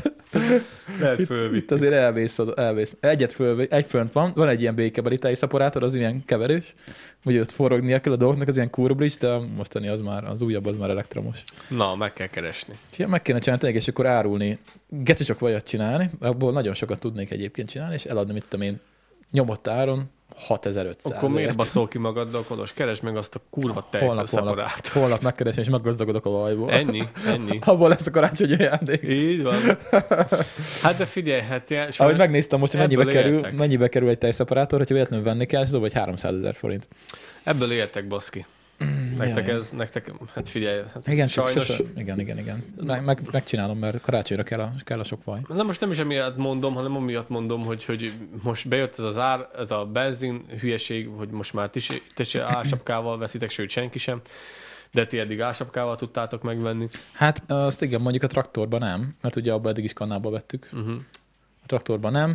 itt azért elvész. Egy fönt van egy ilyen békebeli tejszeparátor, az ilyen keverős. Ugye ott forognia kell a dolgoknak, az ilyen kurblis, de mostani az újabb, az már elektromos. Na, meg kell keresni. Ja, meg kéne csinálni, és akkor árulni. Geci sok vajat csinálni, abból nagyon sokat tudnék egyébként csinálni, és eladni, mit tudom én, nyomott áron 6500. Akkor miért baszol ki magaddal, Kolos? Keresd meg azt a kurva tejszeparátort. Holnap megkeresem, és meggazdagodok a vajból. Ennyi. Abból lesz a karácsonyi ajándék. Így van. Hát de figyelj, ahogy megnéztem most, hogy mennyibe kerül egy tejszeparátor, hogyha véletlenül venni kell, ez vagy 300 000 forint. Ebből éltek, baszki. Nektek, hát figyelj, igen, sajnos... Igen. Megcsinálom, mert karácsonyra kell a sok vaj. Na most nem is emiatt mondom, hanem amiatt mondom, hogy most bejött ez az ár, ez a benzin hülyeség, hogy most már ti álsapkával veszitek, sőt senki sem, de ti eddig álsapkával tudtátok megvenni. Hát azt igen, mondjuk a traktorban nem, mert ugye abban eddig is kannába vettük. A traktorban nem.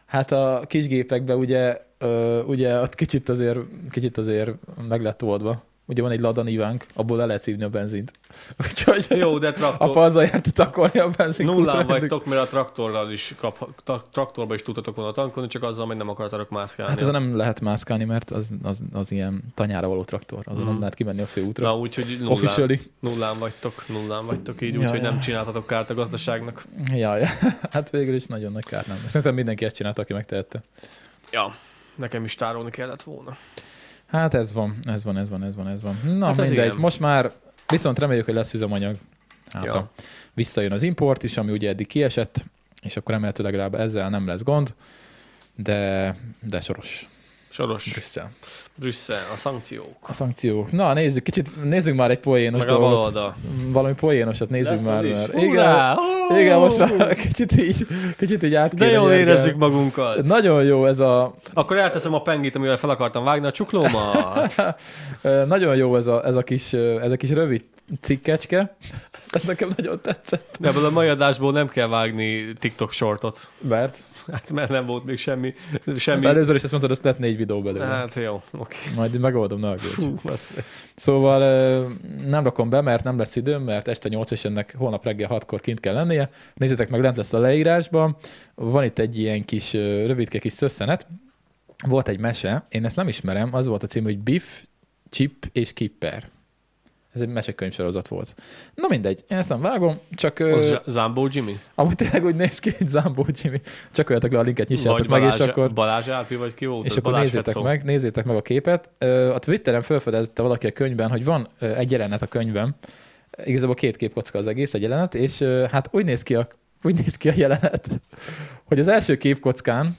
Hát a kisgépekben ugye ott kicsit azért meg lett oldva. Ugye van egy Lada Nivánk, abból le lehet szívni a benzint. Úgyhogy jó, de apa azzal járt takolni a benzin. Nullán vagytok, mert a traktorral is traktorba is tudtatok volna tankolni, csak azzal, hogy nem akartatok mászkálni. Hát ezen nem lehet mászkálni, mert az ilyen tanyára való traktor. Azon nem lehet kimenni a főútra. Na, úgyhogy nullán vagytok így, úgyhogy nem csináltatok kárt a gazdaságnak. Ja. Hát végül is nagyon nagy kár nem. Szerintem mindenki ezt csinálta, aki megtehette. Ja, nekem is tárolni kellett volna. Hát ez van. Na hát mindegy, igen. most már viszont reméljük, hogy lesz üzemanyag. Hát visszajön az import is, ami ugye eddig kiesett, és akkor remélhetőleg legalább ezzel nem lesz gond, de soros. Brüsszel, a szankciók. Na, nézzük már egy poénos dolgot. Valami poénosat nézzük már. Igen, most már kicsit így át kéne. De jól érezzük magunkat. Nagyon jó ez a... Akkor elteszem a pengit, amivel fel akartam vágni a csuklómat. Nagyon jó ez a kis rövid cikkecske. Ez nekem nagyon tetszett. De ebből a mai adásból nem kell vágni TikTok shortot. Mert nem volt még semmi. Az először is ezt mondtad, azt lett 4 videó belőle. Hát jó, oké. Majd megoldom, ne aggódj. Szóval nem rakom be, mert nem lesz időm, mert este 8 és ennek holnap reggel 6-kor kint kell lennie. Nézzétek meg, lent lesz a leírásban. Van itt egy ilyen kis rövidke kis szösszenet. Volt egy mese, én ezt nem ismerem, az volt a cím, hogy Biff, Chip és Kipper. Ez egy mesekönyvsorozat volt. Na mindegy, én ezt nem vágom, csak... Az Zambó Jimmy? Amúgy tényleg úgy néz ki, hogy Zambó Jimmy. Csak olyatok le a linket, nyissátok meg, és akkor... Balázs Árpi, vagy ki volt? És akkor nézzétek meg a képet. A Twitteren felfedezte valaki a könyvben, hogy van egy jelenet a könyvben. Igazából 2 képkocka az egész, egy jelenet, és hát úgy néz ki a jelenet, hogy az első képkockán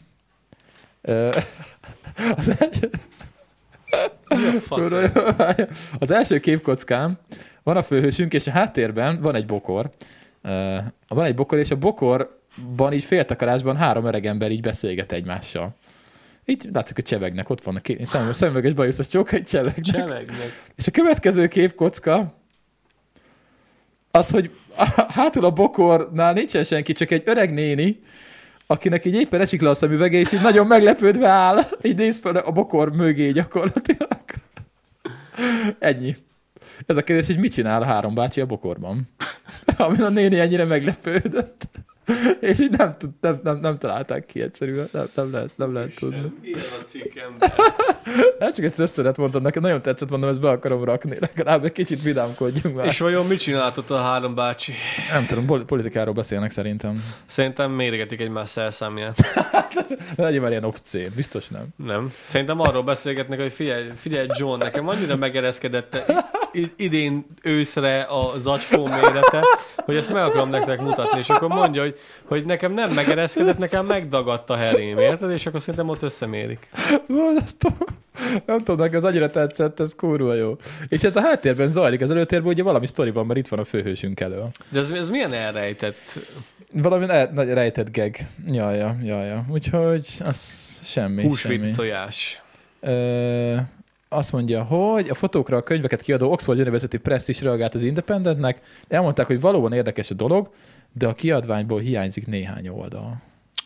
az első képkockán van a főhősünk, és a háttérben van egy bokor. És a bokorban így féltakarásban 3 öreg ember így beszélget egymással. Így látszik, hogy csevegnek, ott vannak szemüveges bajuszos csók, hogy csevegnek. És a következő képkocka az, hogy hátul a bokornál nincsen senki, csak egy öreg néni, akinek így éppen esik le a szemüvege, és így nagyon meglepődve áll, így néz fel a bokor mögé gyakorlatilag. Ennyi. Ez a kérdés, hogy mit csinál a 3 bácsi a bokorban? Amin a néni ennyire meglepődött. És így nem találták ki egyszerűen. Nem lehet tudni. Ilyen a cikkem. Hát csak egy szösszenet mondtam, nekem nagyon tetszett, mondom, ezt be akarom rakni. Legalább egy kicsit vidámkodjunk már. És vajon mit csináltott a 3 bácsi? Nem tudom, politikáról beszélnek szerintem. Szerintem mérgetik egymás szerszámját. Ne legyen már ilyen obszcén, biztos nem. Nem. Szerintem arról beszélgetnek, hogy figyelj John, nekem annyira megereszkedett idén őszre a zacskó mérete, hogy ezt meg akarom nektek mutatni, és akkor mondja, hogy nekem nem megereszkedett, nekem megdagadt a herém, érted? És akkor szerintem ott összemérik. Nem tudom, nekem az annyira tetszett, ez kurva jó. És ez a háttérben zajlik, az előtérben ugye valami sztoriban, mert itt van a főhősünk elő. De ez milyen elrejtett? Valami rejtett gag. Ja. Úgyhogy az semmi. Húsvét tojás. Azt mondja, hogy a fotókra a könyveket kiadó Oxford University Press is reagált az Independentnek. Elmondták, hogy valóban érdekes a dolog, de a kiadványból hiányzik néhány oldal.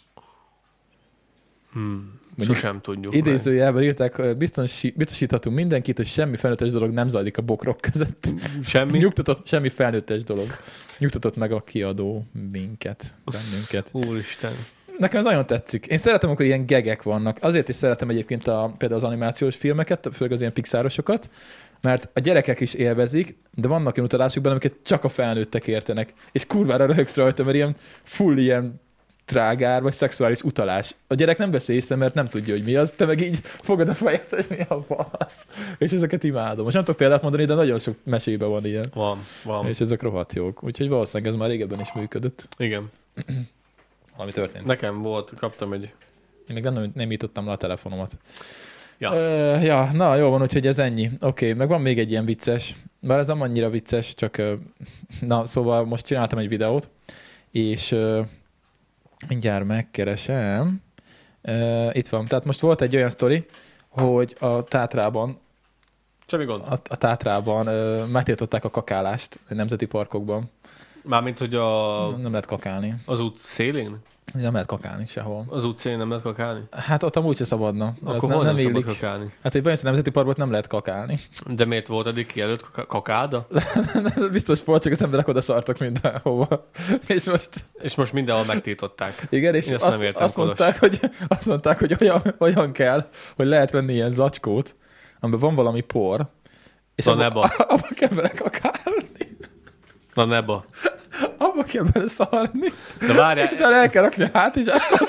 Sosem tudjuk. Idézőjelben írták, biztosíthatunk mindenkit, hogy semmi felnőttes dolog nem zajlik a bokrok között. Semmi? Semmi felnőttes dolog. Nyugtatott meg a kiadó bennünket. Úristen. Nekem ez nagyon tetszik. Én szeretem, amikor ilyen gegek vannak. Azért is szeretem egyébként például az animációs filmeket, főleg az ilyen pixárosokat, mert a gyerekek is élvezik, de vannak ilyen utalások benne, amiket csak a felnőttek értenek. És kurvára röhögsz rajta, mert ilyen full ilyen trágár, vagy szexuális utalás. A gyerek nem beszél észre, mert nem tudja, hogy mi az, te meg így fogod a fejed, hogy mi a fasz. És ezeket imádom. Most nem tudok példát mondani, de nagyon sok mesében van ilyen. Van. És ezek rohadt jók. Úgyhogy valószínűleg ez már régebben is működött. Igen. Valami történt. Nekem volt, kaptam egy... Én még nem nyitottam le a telefonomat. Ja. Na jó van, úgyhogy ez ennyi. Oké, meg van még egy ilyen vicces. Bár ez nem annyira vicces, csak... Na, szóval most csináltam egy videót, és... mindjárt megkeresem. Itt van. Tehát most volt egy olyan sztori, hogy a Tátrában semmi gond. A Tátrában megtiltották a kakálást a nemzeti parkokban. Mármint, hogy nem lehet kakálni. Az út szélén? Nem lehet kakálni sehol. Az utcán nem lehet kakálni? Hát ott amúgy se szabadna. Akkor hol nem szabad kakálni? Hát egy Bányászati Nemzeti Parkban nem lehet kakálni. De miért volt eddig kijelölt kakáda? Biztos volt, csak az emberek oda szartak mindenhova. És most mindenhol megtiltották. Igen, és azt mondták, hogy olyan kell, hogy lehet venni ilyen zacskót, amiben van valami por, és abba kell bele kakálni. Na neba. Abba kell bele szarni. De várjál. És utána el kell rakni a hátizsákot.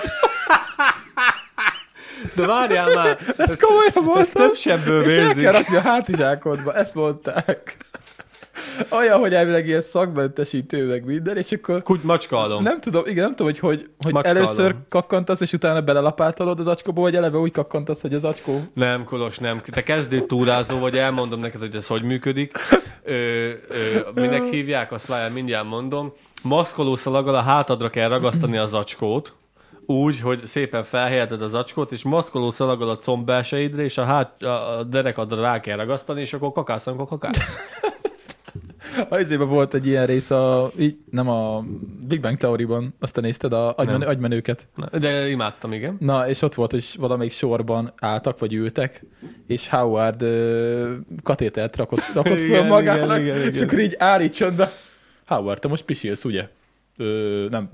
De várjál már. Ez komolyan mondtam. Ez több sebből vérzik. És el kell rakni a hátizsákodba. Ezt mondták. Olyan, hogy elvileg ilyen szakmentesítő meg minden, és akkor... Macskaalom. Nem tudom, hogy először kakkantasz, és utána belelapáltalod az acskóba, vagy eleve úgy kakkantasz, hogy az acskó... Nem, Kolos, nem. Te kezdő túrázó vagy, elmondom neked, hogy ez hogy működik. Minek hívják, azt várjál, mindjárt mondom. Maszkolószalaggal a hátadra kell ragasztani az acskót, úgy, hogy szépen felhelyezed az acskót, és maszkolószalaggal a combelseidre, és a derekadra rá kell ragasztani, és akkor kakálsz, amikor kakálsz. Azért volt egy ilyen rész, nem a Big Bang Theory-ban, azt te nézted, agymenőket. De imádtam, igen. Na, és ott volt, hogy valamelyik sorban álltak, vagy ültek, és Howard katétert rakott föl magának, igen. És akkor így állítson, de Howard, te most pisilsz, ugye? Nem.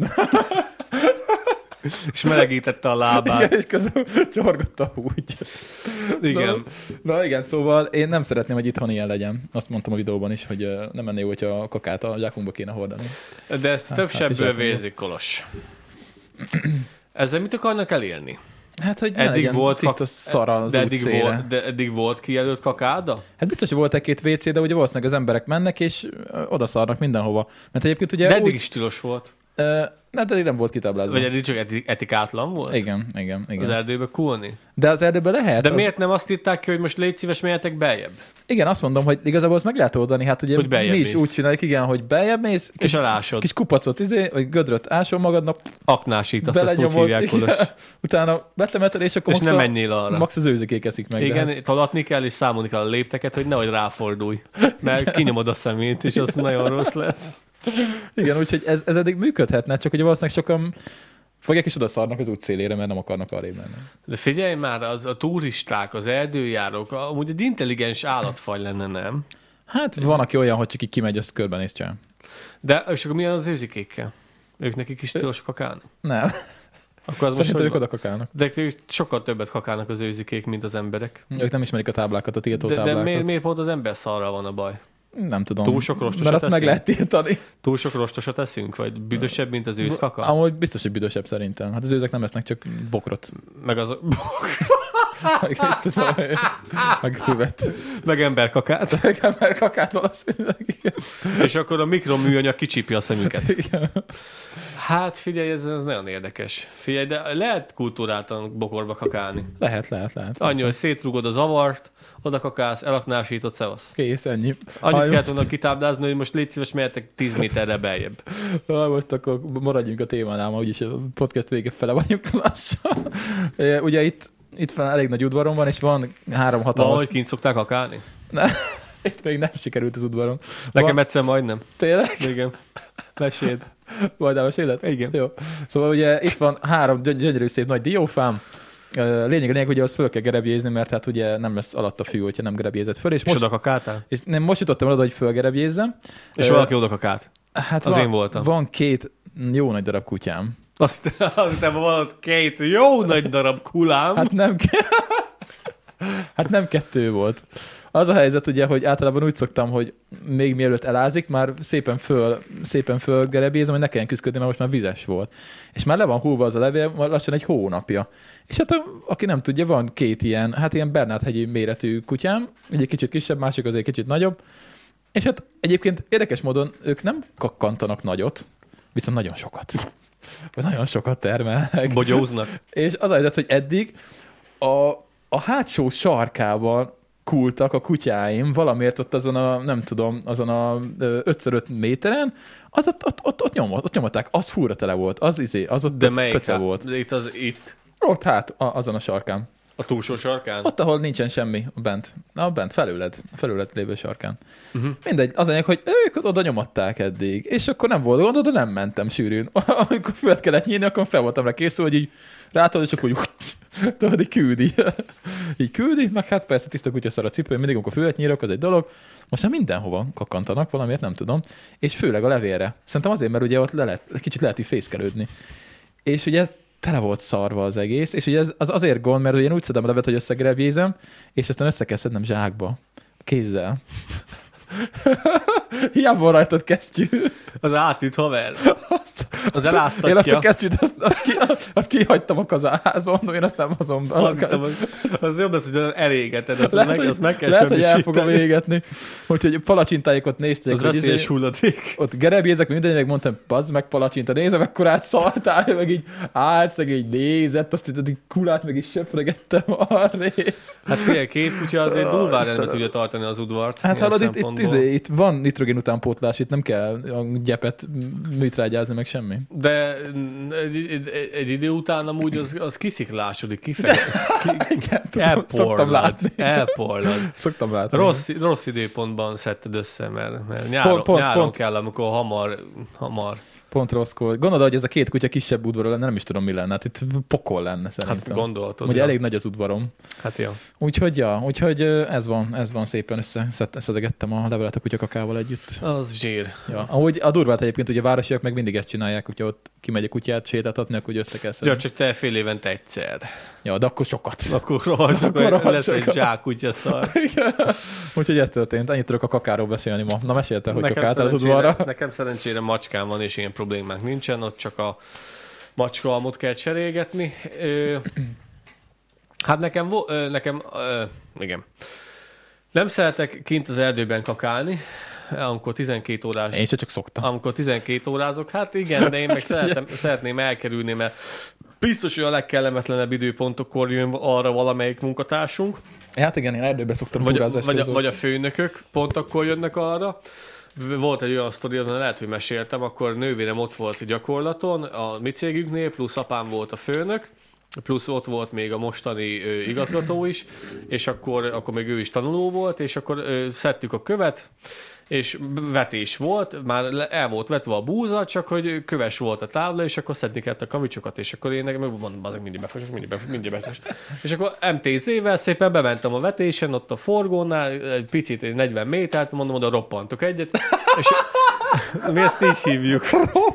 És melegítette a lábát. Igen, és közben csorgatta úgy. Igen. Na igen, szóval én nem szeretném, hogy itthon ilyen legyen. Azt mondtam a videóban is, hogy nem menné, hogyha a kakát a zsákunkba kéne hordani. De ez több sebből vérzik, Kolos. Ezzel mit akarnak elérni? Hát, hogy eddig volt tiszta szara az útszére. De eddig volt kijelölt kakáda? Hát biztos, hogy volt egy-két WC, de ugye valószínűleg az emberek mennek, és odaszarnak mindenhova. Mert egyébként ugye... De eddig is tilos volt. Hát eddig nem volt kitáblázva. Vagy eddig csak etikátlan volt? Igen. Az erdőbe kulni? De az erdőbe lehet. De miért nem azt írták ki, hogy most légy szíves, menjetek beljebb? Igen, azt mondom, hogy igazából azt meg lehet oldani. Hát ugye mi is úgy csináljuk, igen, hogy beljebb mész. És alásod. Kis kupacot, vagy gödröt ásol magadnak. Aknásítasz, azt úgy hívják, Kolos. Utána betemeted, és akkor nem menjél arra. Max az őzikék eszik meg. Igen, talatni kell, és számolni kell a lépteket, hogy nehogy ráfordulj. Mert kinyomod a szemét, és az nagyon rossz lesz. Igen, úgyhogy ez eddig működhetne, csak ugye valószínűleg sokan fogják és oda szarnak az út szélére, mert nem akarnak arrébb menni. De figyelj már, a turisták, az erdőjárók, amúgy egy intelligens állatfaj lenne, nem? Hát van, aki olyan, hogy csak így kimegy, azt körbenéz csinál. De és akkor milyen az őzikékkel? Ők nekik is tilos kakálni? Nem. Akkor az szerintem ők oda kakálnak. De ők sokkal többet kakálnak az őzikék, mint az emberek. Ők nem ismerik a táblákat, a tiltó táblákat. De miért pont az ember szarral van a baj? Nem tudom. Túl sok rostosat mert azt meg lehet tiltani. Túl sok rostosat eszünk? Vagy büdösebb, mint az őszkaka? Amúgy biztos, hogy büdösebb szerintem. Hát az őzek nem esznek csak bokrot. Meg az... meg füvet. Meg emberkakát. Meg emberkakát valószínűleg, igen. És akkor a mikroműanyag kicsípja a szemüket. Igen. Hát figyelj, ez nagyon érdekes. Figyelj, de lehet kultúráltan bokorba kakálni. Lehet. Annyi, hogy szétrugod a zavart, oda kakálsz, elaknásítod, szevasz. Kész, ennyi. Annyit kellett volna kitáblázni, hogy most légy szíves, mehetek 10 méterre beljebb. Most akkor maradjunk a témánál, ma úgyis a podcast vége fele vagyunk lassan. Ugye itt elég nagy udvaron van, és van 3 hatalmas... Valahogy kint szokták kakálni? Ne, itt még nem sikerült az udvaron. Nekem egyszer majdnem. Tényleg? Igen. Meséld. Majd elmeséled? Igen. Jó. Szóval ugye itt van 3 gyönyörű szép nagy diófám. Lényeg, hogy az föl kell gerebjézni, mert hát ugye nem lesz alatt a fű, hogyha nem gerebjézett föl. És oda kakáltál? És nem, most jutottam oda, hogy fölgerebjézzem. És valaki oda kakált? Hát az én voltam. Van 2 jó nagy darab kutyám. Aztán van 2 jó nagy darab kulám. Hát nem 2 volt. Az a helyzet ugye, hogy általában úgy szoktam, hogy még mielőtt elázik, már szépen fölgerebézem, hogy ne kelljen küzdködni, mert most már vizes volt. És már le van húlva az a levél, lassan egy hónapja. És hát aki nem tudja, van 2 ilyen Bernát-hegyi méretű kutyám, egy kicsit kisebb, másik azért kicsit nagyobb. És hát egyébként érdekes módon ők nem kakkantanak nagyot, viszont nagyon sokat. Nagyon sokat termelnek. Bogyóznak. És az a helyzet, hogy eddig a hátsó sarkában kultak a kutyáim, valamiért ott azon a, nem tudom, azon a 5x5 méteren, ott nyomották, az fúra tele volt, az ott pöce volt. Itt? Ott azon a sarkán. A túlsó sarkán? Ott, ahol nincsen semmi, bent felüled lévő sarkán. Mindegy, az anyag, hogy ők oda nyomatták eddig, és akkor nem volt gond, oda nem mentem sűrűn. Amikor föld kellett nyírni, akkor fel voltam rá készül, hogy így rátad, és akkor tudod, így küldi. Így küldi, meg hát persze tiszta kutyaszar a cipő, mindig amikor földet nyírok, az egy dolog. Most már mindenhova kakantanak, valamiért nem tudom. És főleg a levélre. Szerintem azért, mert ugye ott kicsit lehet így fészkelődni. És ugye tele volt szarva az egész, és ugye az azért gond, mert én úgy szedem a levet, hogy összegrebjézem, és aztán össze kell szednem zsákba. Kézzel. Hiába van rajtad kesztyű. Az átüt haver. Az eláztatja. Én azt a kesztyűt, azt kihagytam a kazánházba, mondom, én azt nem hozom be. Az jobb lesz, hogy elégeted, azt meg kell semmisíteni. Lehet, hogy el fogom égetni. Úgyhogy palacsintáikot nézték. Az veszélyes hulladék. Ott gerebjézek, minden, meg mondtam, bazd meg palacsinta, nézem, mekkorát szartál, meg így állt, szegény nézett, azt így kulát meg is söpregettem arré. Hát fél két kutya azért durván rendben tudja tartani az udvart. Hát hallod, itt van nitrogén utánpótlás, itt nem kell a gyepet műtrágyázni, meg semmi. De egy idő után amúgy az kisziklásodik, elporlad. Szoktam látni. Rossz időpontban szedted össze, mert nyáron kell, amikor hamar. Pont rosszkor. Gondolod, hogy ez a két kutya kisebb udvara lenne, nem is tudom, mi lenne. Hát itt pokol lenne szerintem. Hát gondoltad. Ugye elég nagy az udvarom. Hát jó. Úgyhogy ez van szépen összeszedegettem a levelet a kutyakakával együtt. Az zsír. Ja. Ahogy a durvát egyébként ugye a városiak meg mindig ezt csinálják, hogyha ott kimegy a kutyát sétáltatni, akkor össze kell szedni. Ja, csak te fél évente egyszer. Ja, de akkor sokat. Akkor lesz egy zsákkutya szar. Úgyhogy ez történt. Ennyit tudok a kakáról beszélni ma. Na, meséltem, hogy kakáltál az udvarra. Nekem szerencsére macskám van, és ilyen problémák nincsen, ott csak a macskaalmot kell cserélgetni. Hát nekem igen. Nem szeretek kint az erdőben kakálni, amikor 12 órás... Én csak szoktam. Amikor 12 órázok, hát igen, de én meg szeretném elkerülni, mert biztos, hogy a legkellemetlenebb időpontokkor jön arra valamelyik munkatársunk. Hát igen, én erdőben szoktam vagy a főnökök pont akkor jönnek arra. Volt egy olyan sztori, amit lehet, hogy meséltem, akkor nővérem ott volt gyakorlaton a mi cégünknél, plusz apám volt a főnök, plusz ott volt még a mostani igazgató is, és akkor még ő is tanuló volt, és akkor szedtük a követ, és vetés volt, már el volt vetve a búza, csak hogy köves volt a tábla, és akkor szedni kellett a kavicsokat, és akkor én nekem mondom, azok mindig befosok. És akkor MTZ-vel szépen bementem a vetésen, ott a forgónál, egy picit, 40 métert, mondom, oda roppantok egyet, és mi ezt így hívjuk.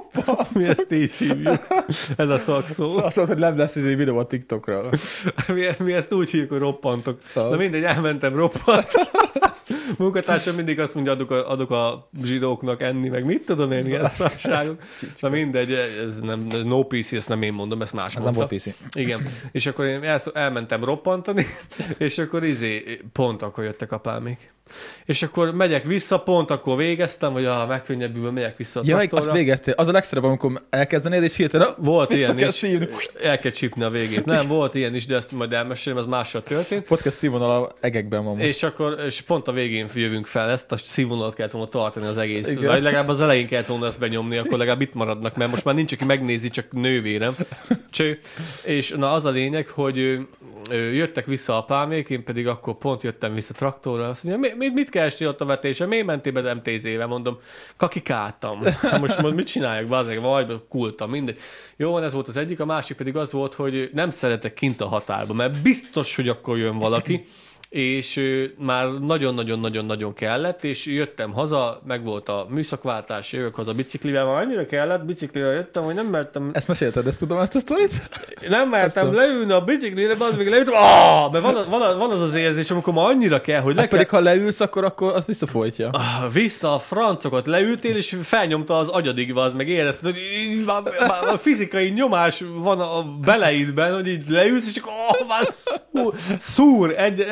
Ez a szakszó. Azt mondod, hogy nem lesz ez egy videó a TikTokra. Mi ezt úgy hívjuk, hogy roppantok. Na mindegy, elmentem, roppant. Munkatársam mindig azt mondja, adok a zsidóknak enni, meg mit tudom én, ilyen szakságok. Na mindegy, ez no PC, ezt nem én mondom, ezt más mondta. Ez nem volt PC. Igen. És akkor én elmentem roppantani, és akkor pont akkor jöttek apámék. És akkor megyek vissza, pont akkor végeztem, vagy megkönnyebbülve megyek vissza a traktorra. Azt végeztél. Az a legszerebb, amikor elkezdenéd, és hirtelen volt ilyen is. El kell csípni a végét. Nem, volt ilyen is, de ezt majd elmesélem, az mással történt. Podcast színvonal egekben van most. És pont a végén jövünk fel, ezt a színvonalat kellett volna tartani az egész. Igen. Vagy legalább az elején kellett volna ezt benyomni, akkor legalább itt maradnak, mert most már nincs, aki megnézi, csak nővérem. És na az a lényeg, hogy jöttek vissza apámék, én pedig akkor pont jöttem vissza traktorra, azt mondja, mit keresni ott a vetésen? Miért mentél be MTZ-vel? Mondom, kakikáltam. Most mit csináljak? Bazeg, vagy kultam, mindegy. Jó van, ez volt az egyik, a másik pedig az volt, hogy nem szeretek kint a határba, mert biztos, hogy akkor jön valaki, és már nagyon-nagyon-nagyon-nagyon kellett, és jöttem haza, meg volt a műszakváltás, jövök haza biciklivel, már annyira kellett, biciklivel jöttem, hogy nem mertem... Ezt mesélted, ezt tudom, ezt a sztorit? Nem mertem leülni a biciklire, az még leültem, mert van az érzés, amikor már annyira kell, hogy pedig ha leülsz, akkor az visszafolytja. Vissza a francokat, leültél, és felnyomta az agyadig, az meg érezted, hogy már a fizikai nyomás van a beleidben, hogy így leülsz, és akkor már szúr,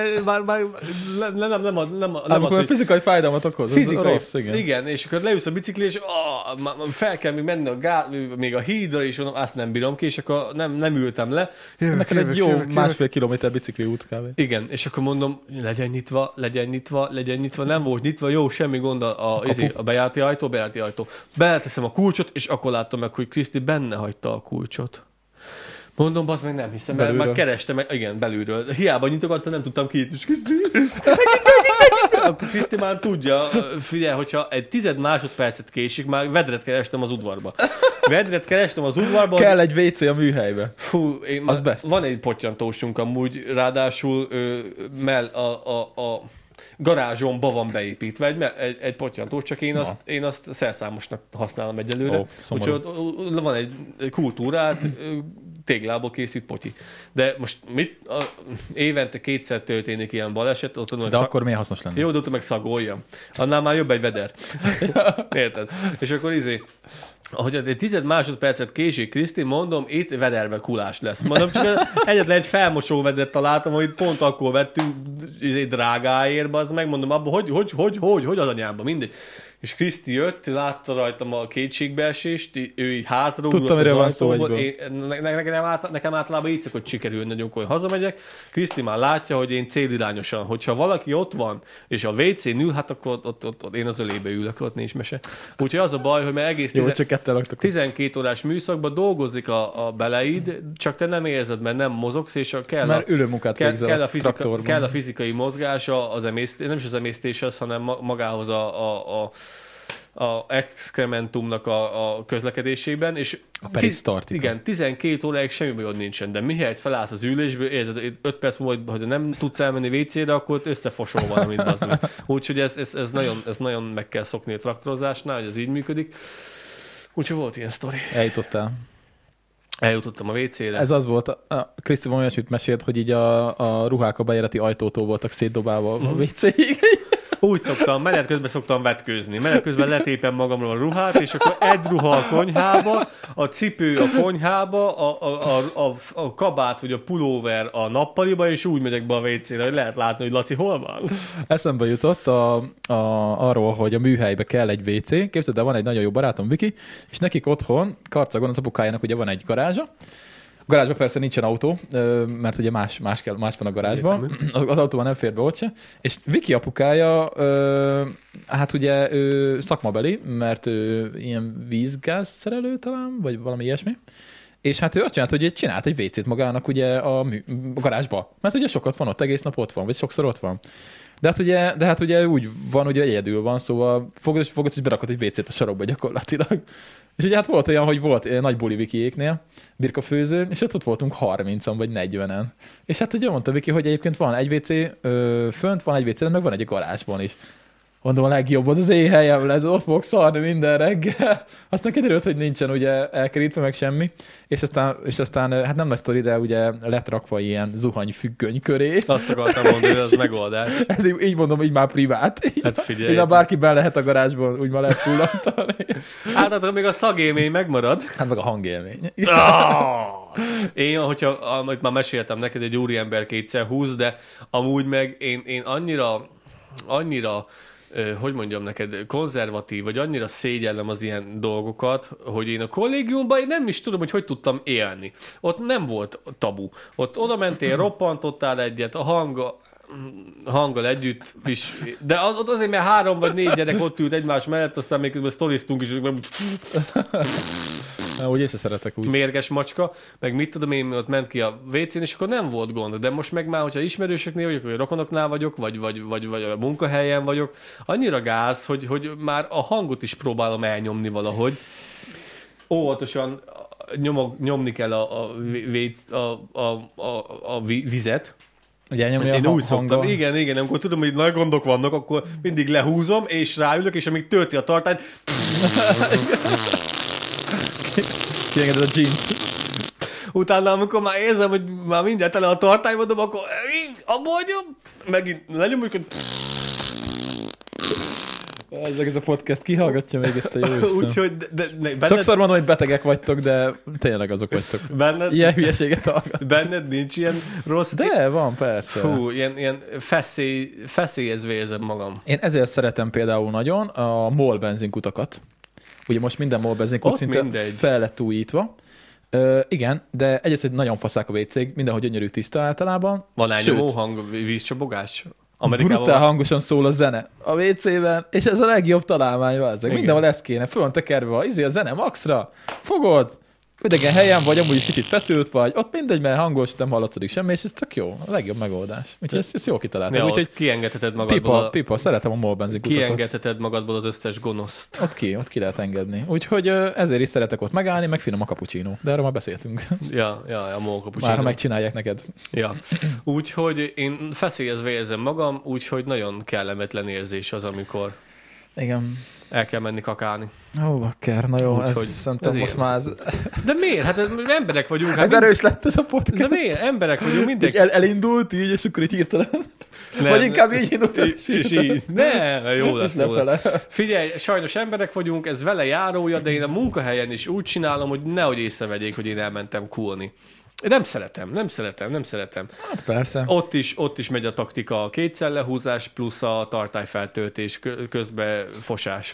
nem az, hogy fizikai fájdalmat okoz, fizikai, rossz, igen, és akkor leülsz a bicikli, és fel kell még menni még a hídra, és azt nem bírom ki, és akkor nem ültem le. Nekem egy jó másfél kilométer bicikli út kb. Igen, és akkor mondom, legyen nyitva, nem volt nyitva, jó, semmi gond a bejárati ajtó. Beleteszem a kulcsot, és akkor láttam meg, hogy Kriszti benne hagyta a kulcsot. Mondom, bazd meg nem hiszem, mert már kerestem, igen, belülről. Hiába nyitogattam, nem tudtam ki, és akkor Kriszti már tudja, figyelj, hogyha egy 10 másodpercet késik, már vedret kerestem az udvarba. Kell egy WC a műhelybe. Fú, az best. Van egy pottyantósunk amúgy, ráadásul a garázsomba van beépítve egy pottyantós, csak én azt szerszámosnak használom egyelőre. Úgyhogy van egy kultúrát, téglából készült potyi. De most évente 2-szer történik ilyen baleset. De akkor milyen hasznos lenne? Jó, de ott meg szagoljam. Annál már jobb egy veder. Érted? És akkor ahogy egy 10 másodpercet késik, Kriszti, mondom, itt vederbe kulás lesz. Mondom, csak egyetlen egy felmosó vedert találtam, hogy pont akkor vettünk drágáért, az megmondom abban, hogy az anyámban, mindegy. És Kriszti jött, látta rajtam a kétségbeesést, ő így hátraugrott az ajtóból. Nekem általában így szokott sikerülni, nagyon hogy hazamegyek. Kriszti már látja, hogy én célirányosan, hogyha valaki ott van, és a WC-n ül, hát akkor ott én az ölébe ülök, ott nincs mese. Úgyhogy az a baj, hogy már egész 12 órás műszakban dolgozik a beleid, csak te nem érzed, mert nem mozogsz, és kell a fizikai mozgása, nem is az emésztéshez, hanem magához a exkrementumnak a közlekedésében, és a perisztartika. Igen, 12 óráig semmi bajod nincsen, de mihelyt felállsz az ülésből, érzed, 5 perc múlva, hogy nem tudsz elmenni WC-re, akkor összefosol valamit. Úgyhogy ez nagyon meg kell szokni a traktorozásnál, hogy ez így működik. Úgyhogy volt ilyen sztori. Eljutottam a WC-re. Ez az volt, Kriszti van olyasmit mesélt, hogy így a ruhák a bejárati ajtótól voltak szétdobálva a WC-ig. Úgy szoktam, menet közben szoktam vetkőzni. Menet közben letépem magamról a ruhát, és akkor egy ruha a konyhába, a cipő a konyhába, a kabát vagy a pulóver a nappaliba, és úgy megyek be a WC-re, hogy lehet látni, hogy Laci hol van. Eszembe jutott arról, hogy a műhelybe kell egy WC. Képzeld, de van egy nagyon jó barátom, Viki, és nekik otthon, Karcagon, az apukájának ugye van egy garázsa. A garázsban persze nincsen autó, mert ugye más van a garázsban. Az autóban nem fér be ott se. És Viki apukája, hát ugye ő szakmabeli, mert ő ilyen vízgáz szerelő talán, vagy valami ilyesmi. És hát ő azt csinált, hogy csinált egy WC-t magának ugye a garázsba. Mert ugye sokat van ott, egész nap ott van, vagy sokszor ott van. De hát ugye úgy van, hogy egyedül van, szóval fogod és berakod egy WC-t a sarokba gyakorlatilag. És ugye hát volt olyan, hogy volt nagy buli Vikiéknél, birkafőző, és ott voltunk 30-an vagy 40-en. És hát ugye mondta Viki, hogy egyébként van egy WC fönt, van egy WC, meg van egy garázsban is. Mondom, a legjobb az én helyem lesz, ott fogok szarni minden reggel. Aztán kiderült, hogy nincsen ugye elkerítve meg semmi, és aztán hát nem lesz sztori, de ugye lett rakva ilyen zuhanyfüggöny köré. Azt akartam mondani, hogy az megoldás. Ez így mondom, így már privát. Hát figyelj. Így bárki be lehet a garázsban, úgy már lehet fullantani. Hát még a szagélmény megmarad. Hát meg a hangélmény. Én, hogyha amit már meséltem neked, egy úriember 2x20, de amúgy meg én annyira hogy mondjam neked, konzervatív, vagy annyira szégyellem az ilyen dolgokat, hogy én a kollégiumban én nem is tudom, hogy tudtam élni. Ott nem volt tabu. Ott oda mentél, roppantottál egyet, a hanggal együtt is. De az azért, mert 3 vagy 4 gyerek ott ült egymás mellett, aztán még közben sztoriztunk is, úgy észre szeretek úgy. Mérges macska, meg mit tudom én, ott ment ki a WC-n, és akkor nem volt gond. De most meg már, hogyha ismerősöknél vagyok, vagy rokonoknál vagyok, vagy a munkahelyen vagyok, annyira gáz, hogy már a hangot is próbálom elnyomni valahogy. Óvatosan nyomni kell a vizet. Ugye én úgy szoktam. Igen, amikor tudom, hogy nagy gondok vannak, akkor mindig lehúzom, és ráülök, és amíg tölti a tartályt, kiengeded a jeans. Utána, amikor már érzem, hogy már mindjárt tele a tartály mondom, akkor így, abba hagyom, megint lenyomjuk, hogy... Ez a podcast kihallgatja még ezt a jó Isten. Úgyhogy... Sokszor mondom, hogy betegek vagytok, de tényleg azok vagytok. Ilyen hülyeséget hallgat. Benned nincs ilyen rossz... De van, persze. Hú, ilyen feszélyezve érzem magam. Én ezért szeretem például nagyon a MOL benzinkutakat. Ugye most minden MOL benzinkut szinte fel lett újítva. Igen, de egyrészt nagyon faszák a WC-k, mindenhogy gyönyörű tiszta általában. Van elnyomó hang, vízcsobogás? Brutál hangosan szól a zene a WC-ben, és ez a legjobb találmány, vázzak. Mindenhol ez kéne, föl van tekerve a zene maxra, fogod, idegen helyen vagy, amúgy is kicsit feszült vagy, ott mindegy, mert hangos, nem hallatszik semmi, és ez tök jó, a legjobb megoldás. Úgyhogy ezt jól kitaláltam. Ja, úgyhogy kiengedheted magadból. Pipa, szeretem a MOL benzinkutakat. Kiengedheted magadból az összes gonoszt. Ott ki lehet engedni. Úgyhogy ezért is szeretek ott megállni, meg finom a cappuccino. De erről már beszéltünk. Ja, a MOL cappuccino. Már ha megcsinálják neked. Ja. Úgyhogy én feszélyezve érzem magam, úgyhogy nagyon kellemetlen érzés az, amikor igen. El kell menni kakálni. Ó, bakker, na jó, ez szerintem ez most már... De miért? Hát emberek vagyunk. Hát ez erős lett ez a podcast. De miért? Emberek vagyunk, mindenki. Elindult így, és akkor így hirtelen. Vagy inkább így indult, és így. Ne, jó lesz, jó lesz. Figyelj, sajnos emberek vagyunk, ez vele járója, de én a munkahelyen is úgy csinálom, hogy nehogy észrevegyék, hogy én elmentem kulni. Nem szeretem. Hát persze. Ott is megy a taktika, a kétszer lehúzás plusz a tartályfeltöltés közben fosás.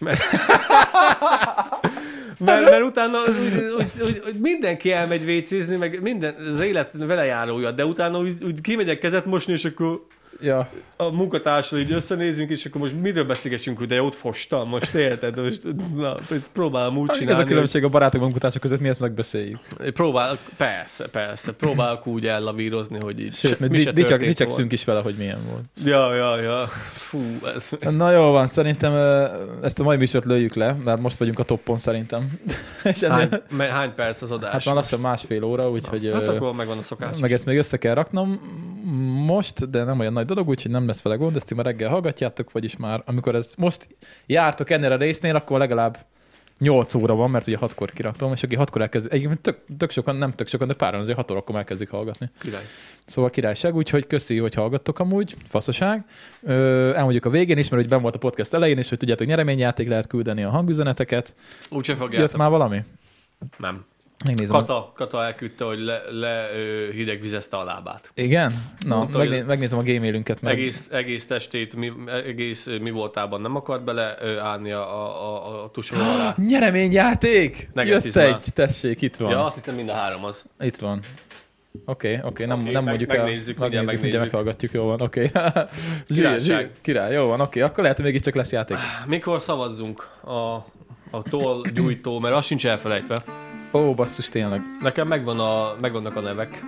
Mert utána úgy mindenki elmegy vécézni, meg minden, az élet vele járója, de utána úgy kimegyek kezet mosni, és akkor a munkatársal így összenézünk, és akkor most miről beszélgessünk, hogy de ott fostam, most érted? Most próbálom úgy csinálni. Ez a különbség a barátok munkatársak között, mi ezt megbeszéljük. Persze, próbálok úgy ellavírozni, hogy így sőt, dicsekszünk is vele, hogy milyen volt. Ja. Fú, ez... Na jó van, szerintem ezt a mai műsort lőjük le, mert most vagyunk a toppon szerintem. Hány perc az adás? Hát már lassan másfél óra, úgyhogy... Hát akkor megvan a szokás. Meg ezt még össze kell raknom most, de nem olyan nagy dolog, úgyhogy nem lesz vele gond, ezt ti már reggel hallgatjátok, vagyis már amikor ez most jártok ennél a résznél, akkor legalább 8 óra van, mert ugye 6-kor kiraktam, és aki 6-kor elkezdik, egyébként tök sokan, nem tök sokan, de páran azért 6 órakor elkezdik hallgatni. Király. Szóval királyság, úgyhogy köszi, hogy hallgattok amúgy, faszaság. Elmondjuk a végén is, mert hogy benn volt a podcast elején is, hogy tudjátok, nyereményjáték lehet küldeni a hangüzeneteket. Úgyse fogjátok. Jött már valami? Nem. Megnézem. Kata elküldte, hogy hidegvizezte a lábát. Igen? Na, mondta, megnézem a gmailünket. Meg. Egész testét, egész mi voltában nem akart beleállni a tusoló alá. Nyereményjáték! Jött egy, tessék, itt van. Ja, azt hittem mind a három az. Itt van. Oké, nem mondjuk el. Megnézzük, meghallgatjuk, jó van, oké. Király, jó van, oké. Akkor lehet, hogy mégiscsak lesz játék. Mikor szavazzunk a toll gyújtó, mert az sincs elfelejtve. Ó, basszus, tényleg. Nekem megvannak a nevek.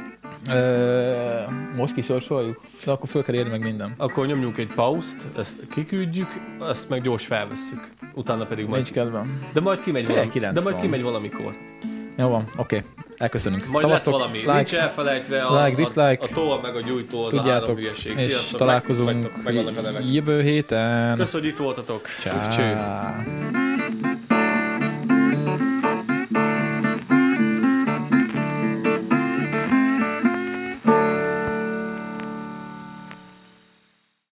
Most kisorsoljuk? De akkor föl kell érni meg minden. Akkor nyomjunk egy pauszt, ezt kiküldjük, ezt meg gyors felvesszük. Utána pedig majd... Nincs kedvem. De majd kimegy valamikor. Jó van, oké. Elköszönünk. Majd szavaztok, lesz valami. Like, nincs elfelejtve dislike, a toll meg a gyújtó, az tudjátok, a három hülyeség. És sziasztok, találkozunk meg a nevek. jövő héten. Köszönjük, hogy itt voltatok. Ciao.